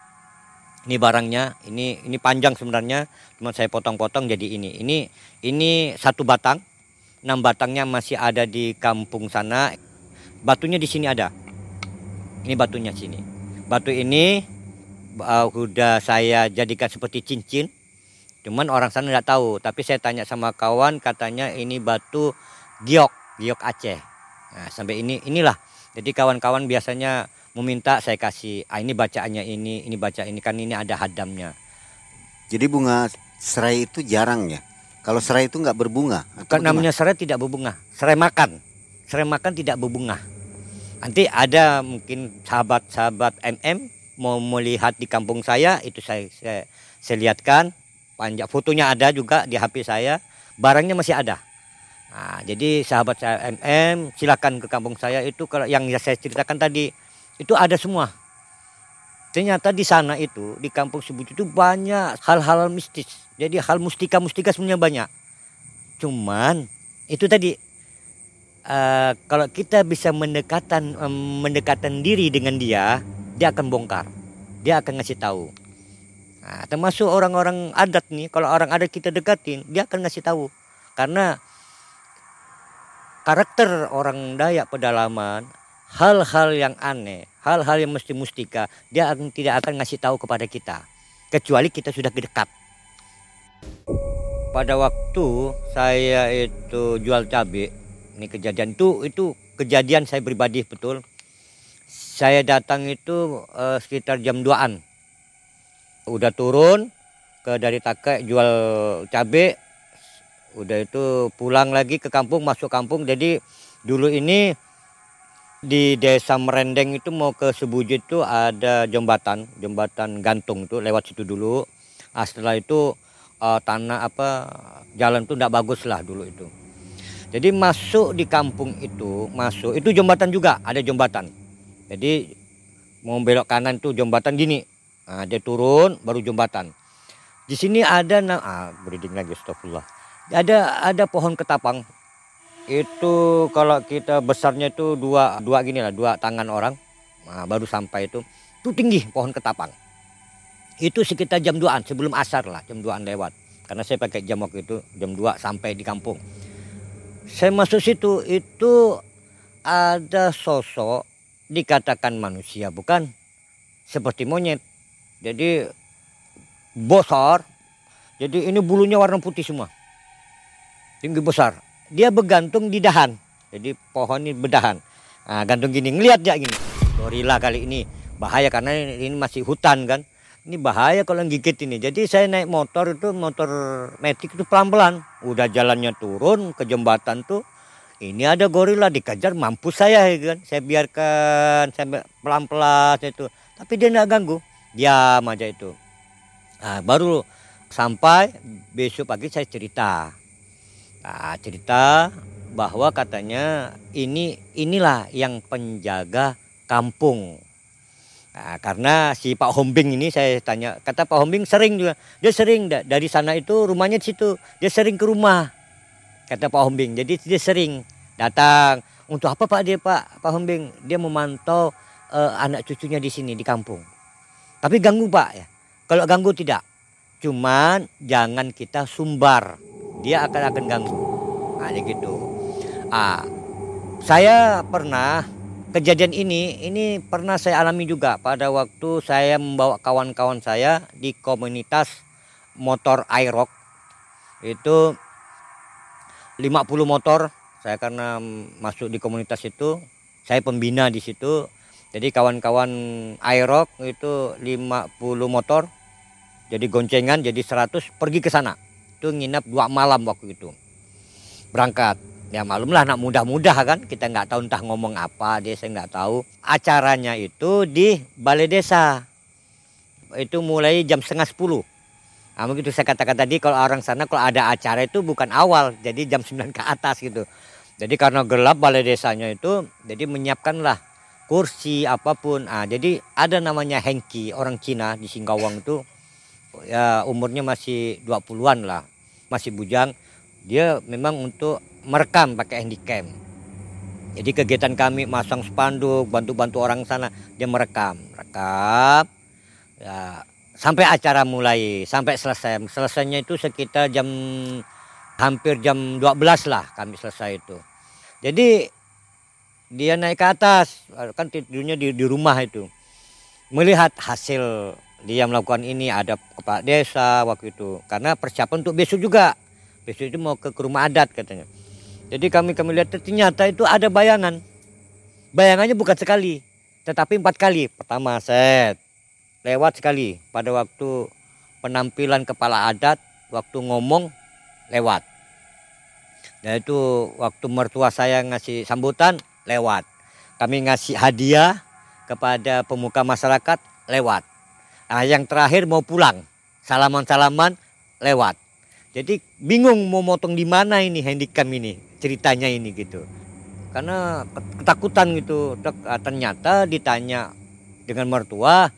Ini barangnya, ini ini panjang sebenarnya, cuma saya potong-potong jadi ini. Ini ini satu batang. Enam batangnya masih ada di kampung sana. Batunya di sini ada. Ini batunya sini. Batu ini uh, udah saya jadikan seperti cincin. Cuman orang sana nggak tahu. Tapi saya tanya sama kawan, katanya ini batu giok, giok Aceh. Nah, sampai ini inilah. Jadi kawan-kawan biasanya meminta saya kasih. Ah, ini bacaannya ini, ini baca ini kan ini ada hadamnya. Jadi bunga serai itu jarang ya. Kalau serai itu nggak berbunga. Kan namanya serai tidak berbunga. Serai makan. Serai makan tidak berbunga. Nanti ada mungkin sahabat-sahabat M M mau melihat di kampung saya, itu saya saya, saya lihatkan. Panjang fotonya ada juga di H P saya. Barangnya masih ada. Nah, jadi sahabat saya M M silakan ke kampung saya itu, kalau yang saya ceritakan tadi itu ada semua. Ternyata di sana itu di kampung Sebuju itu banyak hal-hal mistis. Jadi hal mustika-mustika sebenarnya banyak. Cuman itu tadi. Uh, kalau kita bisa mendekatan um, mendekatan diri dengan dia, dia akan bongkar. dia akan ngasih tahu. Nah, termasuk orang-orang adat nih, kalau orang adat kita dekatin, dia akan ngasih tahu. Karena karakter orang Dayak pedalaman, hal-hal yang aneh, hal-hal yang mesti mustika, dia akan, tidak akan ngasih tahu kepada kita. Kecuali kita sudah dekat. Pada waktu saya itu jual cabai, ini kejadian itu, itu kejadian saya pribadi betul. Saya datang itu uh, sekitar jam duaan. Udah turun ke dari Takek jual cabai. Udah itu pulang lagi ke kampung, masuk kampung. Jadi dulu ini di desa Merendeng itu mau ke Sebuji itu ada jembatan, jembatan gantung tuh lewat situ dulu. Nah, setelah itu uh, tanah apa jalan tuh enggak bagus lah dulu itu. Jadi masuk di kampung itu, masuk itu jembatan juga, ada jembatan. Jadi mau belok kanan tuh jembatan gini. Nah, dia turun baru jembatan. Di sini ada ah beriding lagi, astagfirullah. Ada ada pohon ketapang. Itu kalau kita besarnya itu dua dua gini lah, dua tangan orang. Nah, baru sampai itu. Itu tinggi pohon ketapang. Itu sekitar jam duaan sebelum asar lah, jam duaan lewat. Karena saya pakai jam waktu itu jam dua sampai di kampung. Saya masuk situ itu ada sosok dikatakan manusia bukan, seperti monyet. Jadi besar. Jadi ini bulunya warna putih semua. Tinggi besar. Dia bergantung di dahan. Jadi pohon ini berdahan. Nah, gantung gini, ngelihat ya gini. Gorila kali ini bahaya karena ini masih hutan kan. Ini bahaya kalau gigit ini. Jadi saya naik motor itu, motor metik itu pelan-pelan. Udah jalannya turun ke jembatan tuh. Ini ada gorila dikejar, mampus saya kan. Saya biarkan saya pelan-pelan itu. Tapi dia enggak ganggu. Diam aja itu. Nah, baru sampai besok pagi saya cerita. Nah, cerita bahwa katanya ini inilah yang penjaga kampung. Nah, karena si Pak Hombing ini saya tanya, kata Pak Hombing sering juga. Dia sering dari sana itu rumahnya di situ. Dia sering ke rumah. Kata Pak Hombing. Jadi dia sering datang. Untuk apa Pak dia Pak Pak Hombing? Dia memantau uh, anak cucunya di sini di kampung. Tapi ganggu Pak ya. Kalau ganggu tidak. Cuman jangan kita sumbar. Dia akan akan ganggu. Nah, gitu. Ah, saya pernah kejadian ini ini pernah saya alami juga pada waktu saya membawa kawan-kawan saya di komunitas motor Aerox. Itu lima puluh motor. Saya karena masuk di komunitas itu, saya pembina di situ. Jadi kawan-kawan Aerox itu lima puluh motor. Jadi goncengan jadi seratus pergi ke sana. Itu nginap dua malam waktu itu. Berangkat. Ya malum lah anak muda-muda kan. Kita nggak tahu entah ngomong apa. Dia saya nggak tahu. Acaranya itu di balai desa. Itu mulai jam setengah sepuluh. Nah, begitu saya katakan tadi kalau orang sana kalau ada acara itu bukan awal. Jadi jam sembilan ke atas gitu. Jadi karena gelap balai desanya itu. Jadi menyiapkanlah kursi apapun. Ah, jadi ada namanya Hengki, orang Cina di Singkawang itu. Ya umurnya masih dua puluhan lah. Masih bujang. Dia memang untuk merekam pakai handycam. Jadi kegiatan kami masang spanduk, bantu-bantu orang sana, dia merekam, rekam. Ya, sampai acara mulai, sampai selesai. Selesainya itu sekitar jam hampir jam dua belas lah kami selesai itu. Jadi dia naik ke atas, kan tidurnya di, di rumah itu. Melihat hasil dia melakukan ini, ada kepala desa waktu itu. Karena persiapan untuk besok juga. Besok itu mau ke, ke rumah adat katanya. Jadi kami kami lihat ternyata itu ada bayangan. Bayangannya bukan sekali, tetapi empat kali. Pertama set, lewat sekali. Pada waktu penampilan kepala adat, waktu ngomong lewat. Dan itu waktu mertua saya ngasih sambutan lewat. Kami ngasih hadiah kepada pemuka masyarakat lewat. Nah, yang terakhir mau pulang, salaman-salaman lewat. Jadi bingung mau motong di mana ini handycam ini, ceritanya ini gitu. Karena ketakutan gitu. Ternyata ditanya dengan mertua,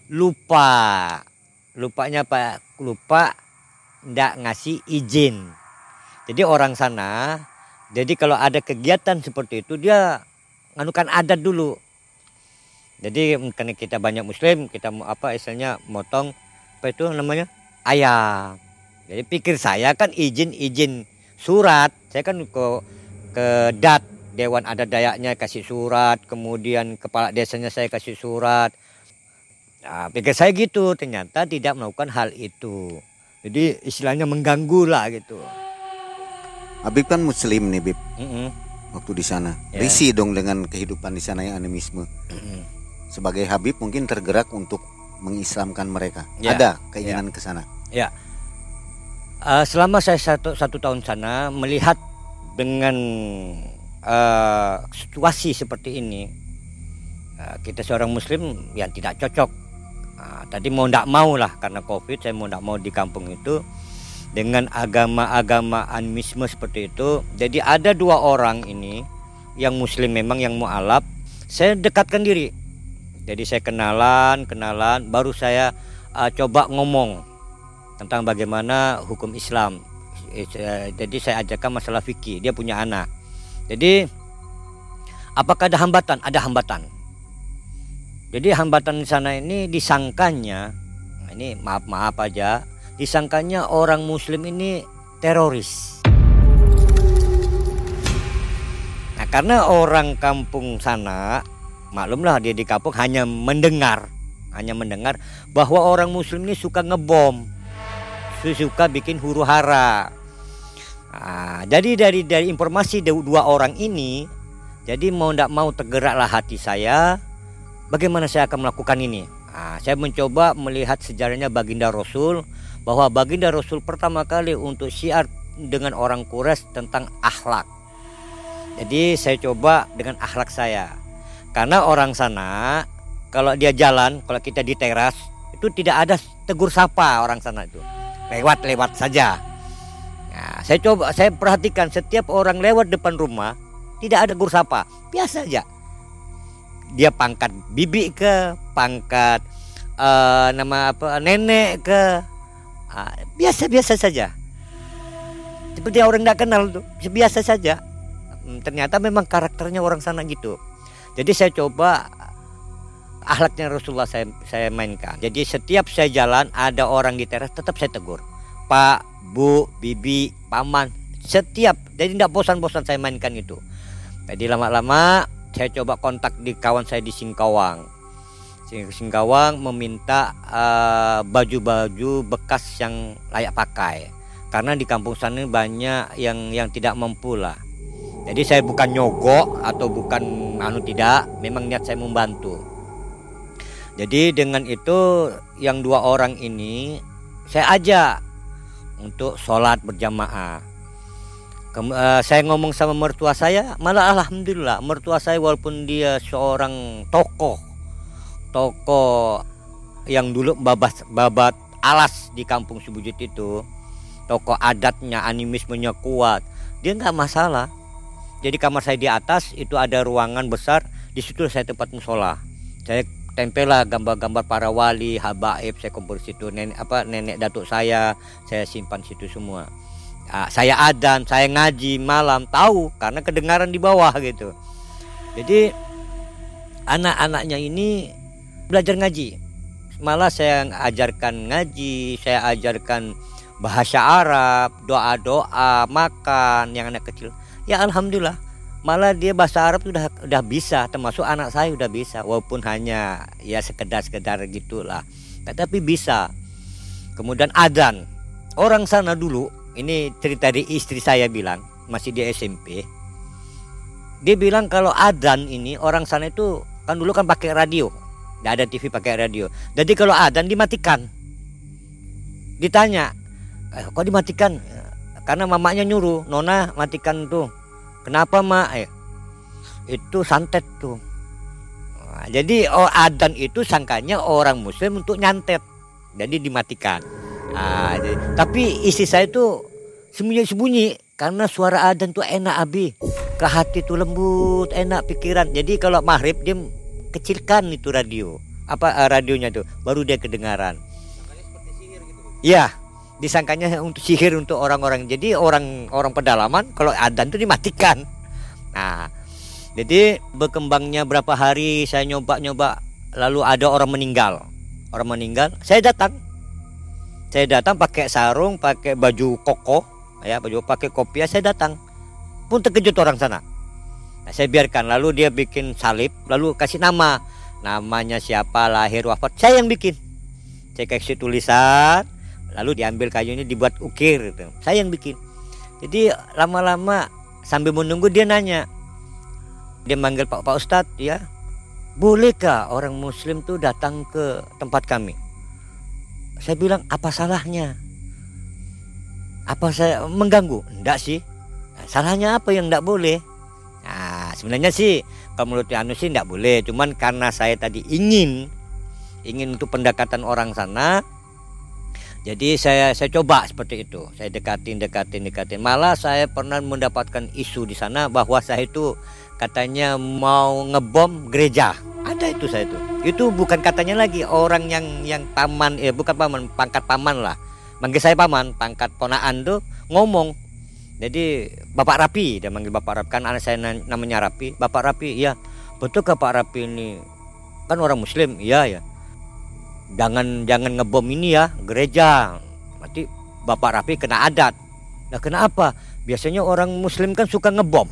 lupa. Lupanya Pak, lupa ndak ngasih izin. Jadi orang sana, jadi kalau ada kegiatan seperti itu dia nganukan adat dulu. Jadi karena kita banyak muslim, kita mau apa istilahnya motong apa itu namanya ayam. Jadi pikir saya kan izin-izin surat, saya kan ke ke D A D, Dewan Adat Dayaknya kasih surat, kemudian kepala desanya saya kasih surat. Nah, pikir saya gitu, ternyata tidak melakukan hal itu. Jadi istilahnya mengganggu lah gitu. Habib kan muslim nih, Bib. Mm-mm. Waktu di sana, Ya. risih dong dengan kehidupan di sana yang animisme. Mm-mm. Sebagai Habib mungkin tergerak untuk mengislamkan mereka. Ya. Ada keinginan ke sana. Ya, uh, selama saya satu satu tahun sana melihat dengan uh, situasi seperti ini, uh, kita seorang muslim yang tidak cocok. Uh, tadi mau tidak mau lah karena COVID, saya mau tidak mau di kampung itu dengan agama-agama animisme seperti itu. Jadi ada dua orang ini yang muslim memang yang mualaf, saya dekatkan diri. Jadi saya kenalan, kenalan, baru saya uh, coba ngomong tentang bagaimana hukum Islam. Jadi saya ajarkan masalah fikih. Dia punya anak. Jadi apakah ada hambatan? Ada hambatan. Jadi hambatan di sana ini disangkanya, ini maaf-maaf aja, disangkanya orang Muslim ini teroris. Nah karena orang kampung sana, maklumlah dia di kampung hanya mendengar, hanya mendengar bahwa orang Muslim ini suka ngebom, suka bikin huru hara. Nah, jadi dari dari informasi dua orang ini, jadi mau tidak mau tergeraklah hati saya. Bagaimana saya akan melakukan ini? Nah, saya mencoba melihat sejarahnya baginda Rasul, bahwa baginda Rasul pertama kali untuk syiar dengan orang Quraisy tentang akhlak. Jadi saya coba dengan akhlak saya. Karena orang sana kalau dia jalan, kalau kita di teras itu tidak ada tegur sapa orang sana itu. Lewat-lewat saja. Nah, saya coba saya perhatikan setiap orang lewat depan rumah tidak ada tegur sapa, biasa aja. Dia pangkat bibi ke, pangkat uh, nama apa nenek ke, uh, biasa-biasa saja. Seperti orang tidak kenal tuh, biasa saja. Hmm, ternyata memang karakternya orang sana gitu. Jadi saya coba akhlaknya Rasulullah saya saya mainkan. Jadi setiap saya jalan ada orang di teras tetap saya tegur. Pak, Bu, Bibi, Paman, setiap. Jadi tidak bosan-bosan saya mainkan itu. Jadi lama-lama saya coba kontak di kawan saya di Singkawang. Singkawang meminta uh, baju-baju bekas yang layak pakai. Karena di kampung sana banyak yang yang tidak mampu lah. Jadi saya bukan nyogok atau bukan anu tidak, memang niat saya membantu. Jadi dengan itu yang dua orang ini saya ajak untuk sholat berjamaah. Kem, uh, saya ngomong sama mertua saya, malah alhamdulillah mertua saya walaupun dia seorang tokoh, tokoh yang dulu babat babat alas di kampung Subujit itu, tokoh adatnya, animismenya kuat, dia nggak masalah. Jadi kamar saya di atas itu ada ruangan besar, di situ saya tempat musola. Saya tempelah gambar-gambar para wali, habaib, saya kumpul situ, nenek apa nenek datuk saya, saya simpan situ semua. Nah, saya adzan, saya ngaji malam, tahu karena kedengaran di bawah gitu. Jadi anak-anaknya ini belajar ngaji. Malah saya ajarkan ngaji, saya ajarkan bahasa Arab, doa-doa, makan yang anak kecil. Ya alhamdulillah, malah dia bahasa Arab sudah udah bisa, termasuk anak saya udah bisa, walaupun hanya ya sekedar-sekedar gitulah, tapi bisa. Kemudian adzan, orang sana dulu, ini cerita dari istri saya bilang, masih di S M P, dia bilang kalau adzan ini orang sana itu kan dulu kan pakai radio, nggak ada T V, pakai radio. Jadi kalau adzan dimatikan, ditanya, eh, kok dimatikan? Karena mamanya nyuruh, Nona matikan tuh. Kenapa mak? Eh, itu santet tuh. Nah, jadi oh, adzan itu sangkanya orang Muslim untuk nyantet, jadi dimatikan. Nah, jadi, tapi istri saya tuh sembunyi-sembunyi karena suara adzan tuh enak abi, ke hati tuh lembut, enak pikiran. Jadi kalau maghrib dia kecilkan itu radio, apa radionya tuh, baru dia kedengaran. Iya. Disangkanya untuk sihir untuk orang-orang. Jadi orang-orang pedalaman kalau adzan itu dimatikan. Nah, jadi berkembangnya berapa hari saya nyoba-nyoba lalu ada orang meninggal. Orang meninggal, saya datang. Saya datang pakai sarung, pakai baju koko, ya, baju pakai kopiah, saya datang. Pun terkejut orang sana. Nah, saya biarkan, lalu dia bikin salib, lalu kasih nama. Namanya siapa, lahir, wafat, saya yang bikin. Saya kasih tulisan, lalu diambil kayunya dibuat ukir gitu. Saya yang bikin. Jadi lama-lama sambil menunggu dia nanya. Dia manggil Pak Pak Ustadz, ya. Bolehkah orang muslim tuh datang ke tempat kami? Saya bilang, apa salahnya? Apa saya mengganggu? Enggak sih. Nah, salahnya apa yang enggak boleh? Nah, sebenarnya sih kalau menurut anu sih enggak boleh. Cuman karena saya tadi ingin ingin untuk pendekatan orang sana, jadi saya saya coba seperti itu. Saya dekatin, dekatin, dekatin. Malah saya pernah mendapatkan isu di sana bahwa saya itu katanya mau ngebom gereja. Ada itu saya itu. Itu bukan katanya lagi, orang yang yang paman, eh bukan paman, pangkat paman lah. Manggil saya paman, pangkat ponaan tuh ngomong. Jadi Bapak Rapi, dia manggil Bapak Rapi, kan anak saya namanya Rapi. Bapak Rapi, iya. Betul ke Pak Rapi ini? Kan orang muslim, iya ya. Jangan jangan ngebom ini ya, gereja. Nanti Bapak Rapi kena adat. Nah, kenapa? Biasanya orang muslim kan suka ngebom.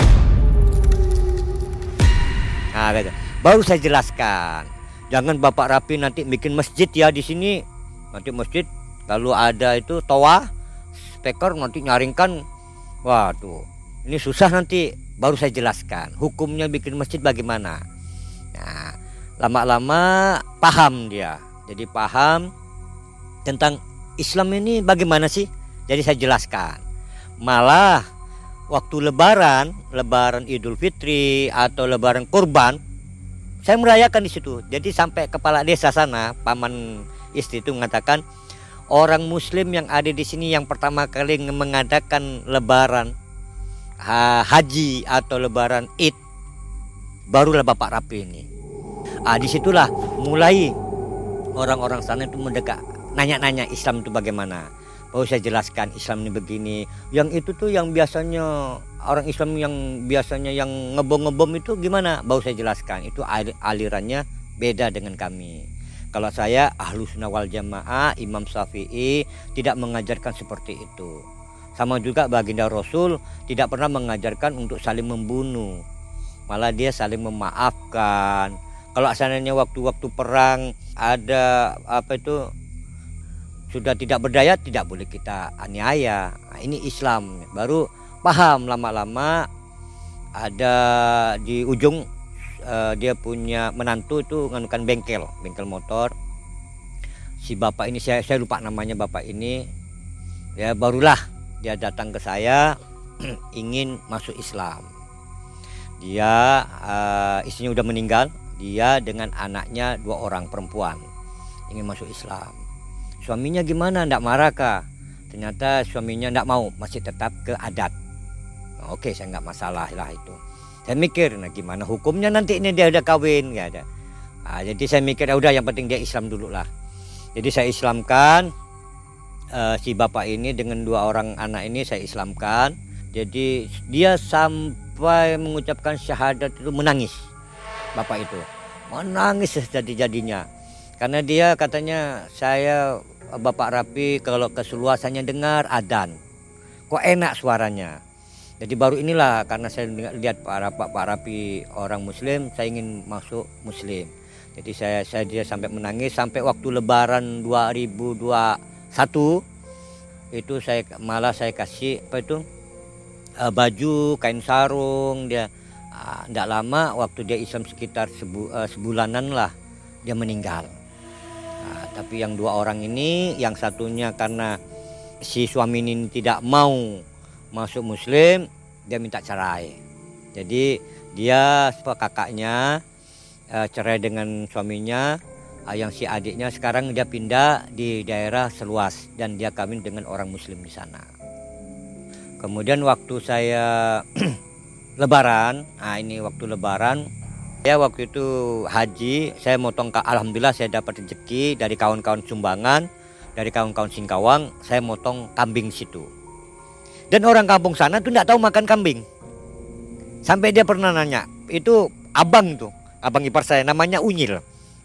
Nah, gitu. Baru saya jelaskan, jangan Bapak Rapi nanti bikin masjid ya di sini. Nanti masjid lalu ada itu toa, speaker nanti nyaringkan. Waduh, ini susah nanti. Baru saya jelaskan hukumnya bikin masjid bagaimana. Nah, lama-lama paham dia. Jadi paham tentang Islam ini bagaimana sih. Jadi saya jelaskan. Malah waktu lebaran, lebaran Idul Fitri atau lebaran kurban, saya merayakan di situ. Jadi sampai kepala desa sana, paman istri itu mengatakan, orang muslim yang ada di sini yang pertama kali mengadakan lebaran ha, haji atau lebaran Id barulah Bapak Rapi ini. Ah, disitulah mulai orang-orang sana itu mendekat, nanya-nanya Islam itu bagaimana. Baru saya jelaskan Islam ini begini. Yang itu tuh yang biasanya orang Islam yang biasanya yang ngebom-ngebom itu gimana? Baru saya jelaskan. Itu alirannya beda dengan kami. Kalau saya Ahlus Sunnah wal Jamaah, Imam Syafi'i tidak mengajarkan seperti itu. Sama juga baginda Rasul tidak pernah mengajarkan untuk saling membunuh. Malah dia saling memaafkan. Kalau asalnya waktu-waktu perang ada apa itu sudah tidak berdaya, tidak boleh kita aniaya. Nah, ini Islam. Baru paham lama-lama. Ada di ujung uh, dia punya menantu itu nganukan bengkel, bengkel motor. Si bapak ini saya saya lupa namanya bapak ini. Ya barulah dia datang ke saya ingin masuk Islam. Dia uh, istrinya udah meninggal. Dia dengan anaknya dua orang perempuan ingin masuk Islam. Suaminya gimana? Ndak marah kah? Ternyata suaminya ndak mau, masih tetap ke adat. Nah, oke, saya nggak masalah lah itu. Saya mikir, nah gimana hukumnya nanti ini dia udah kawin, nggak ada. Nah, jadi saya mikir, ya udah yang penting dia Islam dulu lah. Jadi saya Islamkan uh, si bapak ini dengan dua orang anak ini saya Islamkan. Jadi dia sampai mengucapkan syahadat itu menangis, bapak itu menangis sejadi-jadinya. Karena dia katanya, saya Bapak Rapi kalau keseluasannya dengar adzan, kok enak suaranya. Jadi baru inilah karena saya lihat Pak Pak Pak Rapi orang Muslim, saya ingin masuk Muslim. Jadi saya saya dia sampai menangis sampai waktu Lebaran dua ribu dua puluh satu itu saya malah saya kasih apa itu uh, baju kain sarung dia. Tidak uh, lama waktu dia Islam sekitar sebu, uh, sebulanan lah dia meninggal. Nah, tapi yang dua orang ini, yang satunya karena si suami ini tidak mau masuk Muslim, dia minta cerai. Jadi dia kakaknya uh, cerai dengan suaminya, uh, yang si adiknya sekarang dia pindah di daerah seluas dan dia kawin dengan orang Muslim di sana. Kemudian waktu saya Lebaran, nah ini waktu Lebaran. Ya waktu itu haji, saya motong, alhamdulillah saya dapat rezeki dari kawan-kawan sumbangan, dari kawan-kawan Singkawang, saya motong kambing situ. Dan orang kampung sana tuh tidak tahu makan kambing. Sampai dia pernah nanya, itu abang tuh, abang ipar saya namanya Unyil.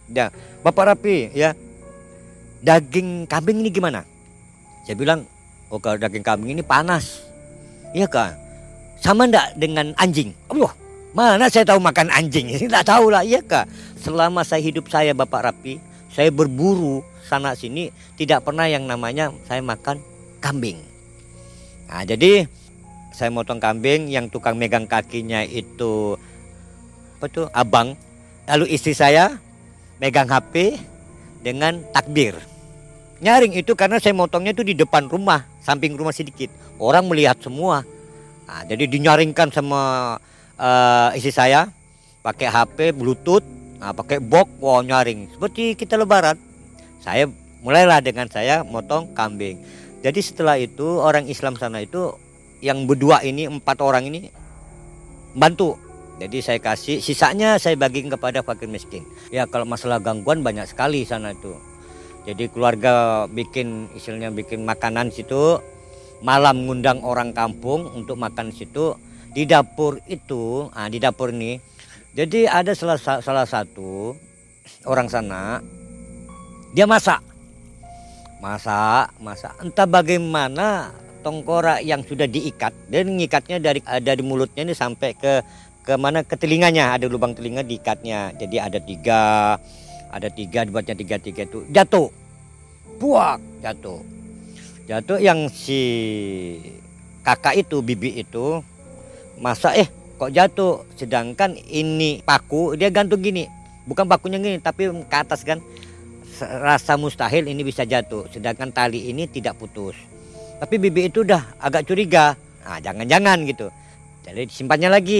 Ya, Bapak Rapi ya, daging kambing ini gimana? Saya bilang, oh kalau daging kambing ini panas. Iya Kak, sama enggak dengan anjing? Allah, mana saya tahu makan anjing? Tidak tahu lah, iya Kak. Selama saya hidup saya Bapak Rapi, saya berburu sana sini, tidak pernah yang namanya saya makan kambing. Nah jadi saya motong kambing, yang tukang megang kakinya itu apa tuh abang. Lalu istri saya megang H P dengan takbir. Nyaring itu karena saya motongnya itu di depan rumah, samping rumah sedikit. Orang melihat semua. Nah, jadi dinyaringkan sama uh, istri saya pakai H P Bluetooth, nah, pakai box, wow nyaring. Seperti kita lebaran. Saya mulailah dengan saya motong kambing. Jadi setelah itu orang Islam sana itu yang berdua ini, empat orang ini bantu. Jadi saya kasih, sisanya saya bagikan kepada fakir miskin. Ya kalau masalah gangguan banyak sekali sana itu. Jadi keluarga bikin, istilahnya bikin makanan situ, malam ngundang orang kampung untuk makan situ. Di dapur itu, nah di dapur ini, jadi ada salah, salah satu orang sana, dia masak. Masak, masak. Entah bagaimana tengkorak yang sudah diikat, dan ngikatnya dari dari mulutnya ini sampai ke ke mana ke telinganya, ada lubang telinga diikatnya. Jadi ada tiga, ada tiga dibuatnya tiga tiga itu jatuh, buak jatuh, jatuh yang si kakak itu bibi itu masa eh kok jatuh, sedangkan ini paku dia gantung gini, bukan pakunya gini tapi ke atas kan, rasa mustahil ini bisa jatuh, sedangkan tali ini tidak putus. Tapi bibi itu udah agak curiga, nah jangan-jangan gitu, jadi disimpannya lagi.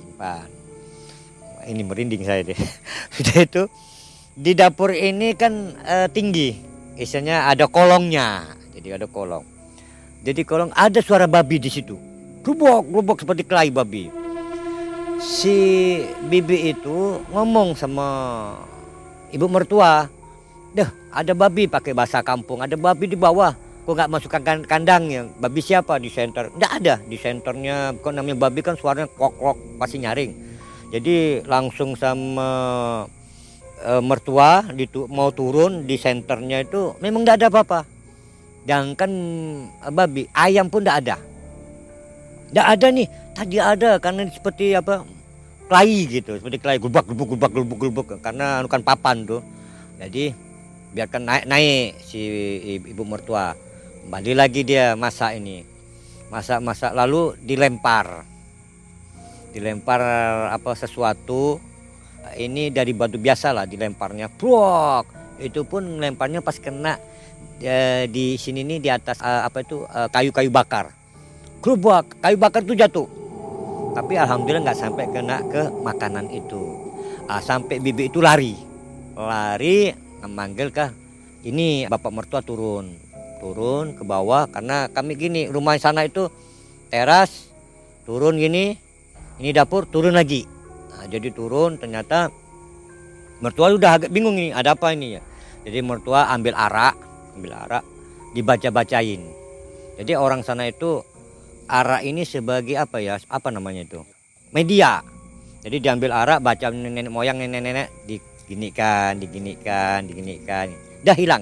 Ini merinding saya deh. Sudah itu di dapur ini kan e, tinggi, istilahnya ada kolongnya, jadi ada kolong. Jadi kolong ada suara babi di situ, glubok glubok seperti kelahi babi. Si bibi itu ngomong sama ibu mertua, deh ada babi, pakai bahasa kampung, ada babi di bawah. Kok nggak masukkan kandangnya? Babi siapa di senter? Nggak ada di senternya. Kok namanya babi kan suaranya kok-kok pasti nyaring. Jadi langsung sama e, mertua ditu, mau turun di senternya itu memang nggak ada apa-apa. Jangan e, babi, ayam pun nggak ada. Nggak ada nih. Tadi ada karena seperti apa? Kelahi gitu, seperti kelahi gulbak gulbuk gulbak gulbuk gulbuk karena bukan papan tuh. Jadi biarkan naik-naik si ibu mertua. Kembali lagi dia masak ini, masak-masak lalu dilempar, dilempar apa sesuatu, ini dari batu biasa lah dilemparnya, plok, itu pun lemparnya pas kena e, di sini nih di atas e, apa itu e, kayu-kayu bakar, glubak, kayu bakar itu jatuh, tapi alhamdulillah nggak sampai kena ke makanan itu, ah, sampai bibi itu lari, lari memanggil kah, ini bapak mertua turun. Turun ke bawah karena kami gini rumah sana itu teras, turun gini, ini dapur turun lagi. Nah, jadi turun ternyata mertua udah agak bingung ini ada apa ini ya. Jadi mertua ambil arak, ambil arak dibaca-bacain. Jadi orang sana itu arak ini sebagai apa ya? Apa namanya itu? Media. Jadi diambil arak baca nenek moyang nenek-nenek diginikan, diginikan, diginikan. Dah hilang.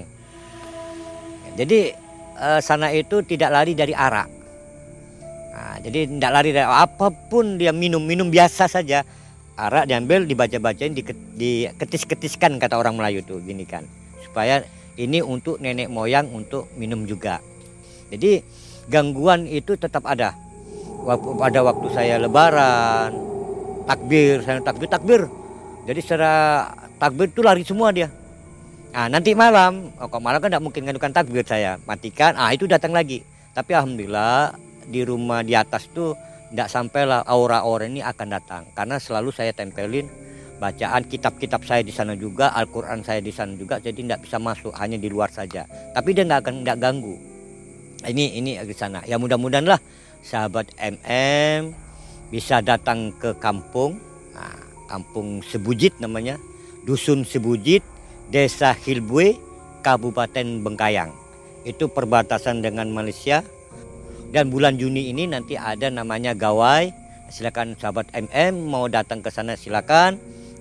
Jadi eh, sana itu tidak lari dari arak. Nah, jadi tidak lari dari apapun dia minum-minum biasa saja. Arak diambil, dibaca-bacain, diketis-ketiskan kata orang Melayu tuh, gini kan. Supaya ini untuk nenek moyang untuk minum juga. Jadi gangguan itu tetap ada. Pada waktu saya lebaran, takbir, saya takbir, takbir. Jadi secara takbir itu lari semua dia. Nah nanti malam, oh, kok malam kan tidak mungkin ngadukan takbir saya, matikan, ah itu datang lagi. Tapi alhamdulillah di rumah di atas tuh tidak sampailah aura-aura ini akan datang. Karena selalu saya tempelin bacaan kitab-kitab saya di sana juga, Al-Quran saya di sana juga, jadi tidak bisa masuk, hanya di luar saja. Tapi dia nggak akan nggak ganggu. Ini ini di sana. Ya mudah-mudahan lah sahabat M M bisa datang ke kampung, nah, kampung Sebujit namanya, dusun Sebujit. Desa Hilbue, Kabupaten Bengkayang. Itu perbatasan dengan Malaysia. Dan bulan Juni ini nanti ada namanya gawai. Silakan sahabat M M mau datang ke sana silakan.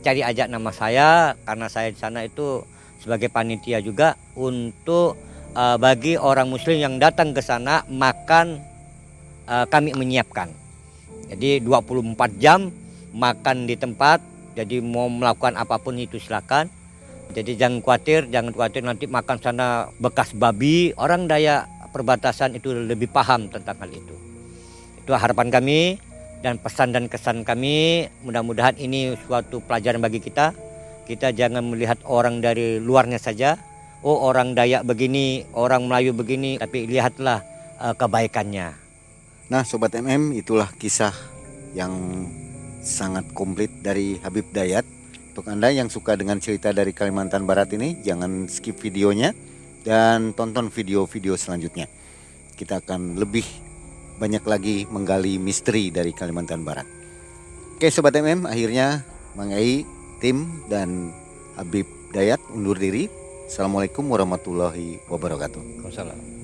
cari ajak nama saya karena saya di sana itu sebagai panitia juga untuk uh, bagi orang muslim yang datang ke sana makan uh, kami menyiapkan. Jadi dua puluh empat jam makan di tempat. Jadi mau melakukan apapun itu silakan. Jadi jangan khawatir, jangan khawatir nanti makan sana bekas babi. Orang Dayak perbatasan itu lebih paham tentang hal itu. Itu harapan kami. Dan pesan dan kesan kami, mudah-mudahan ini suatu pelajaran bagi kita. Kita jangan melihat orang dari luarnya saja. Oh, orang Dayak begini, orang Melayu begini, tapi lihatlah uh, kebaikannya. Nah, Sobat M M, itulah kisah yang sangat komplit dari Habib Dayat. Untuk Anda yang suka dengan cerita dari Kalimantan Barat ini, jangan skip videonya dan tonton video-video selanjutnya. Kita akan lebih banyak lagi menggali misteri dari Kalimantan Barat. Oke Sobat M M, akhirnya Mang Ei, tim dan Habib Dayat undur diri. Assalamualaikum warahmatullahi wabarakatuh. Waalaikumsalam.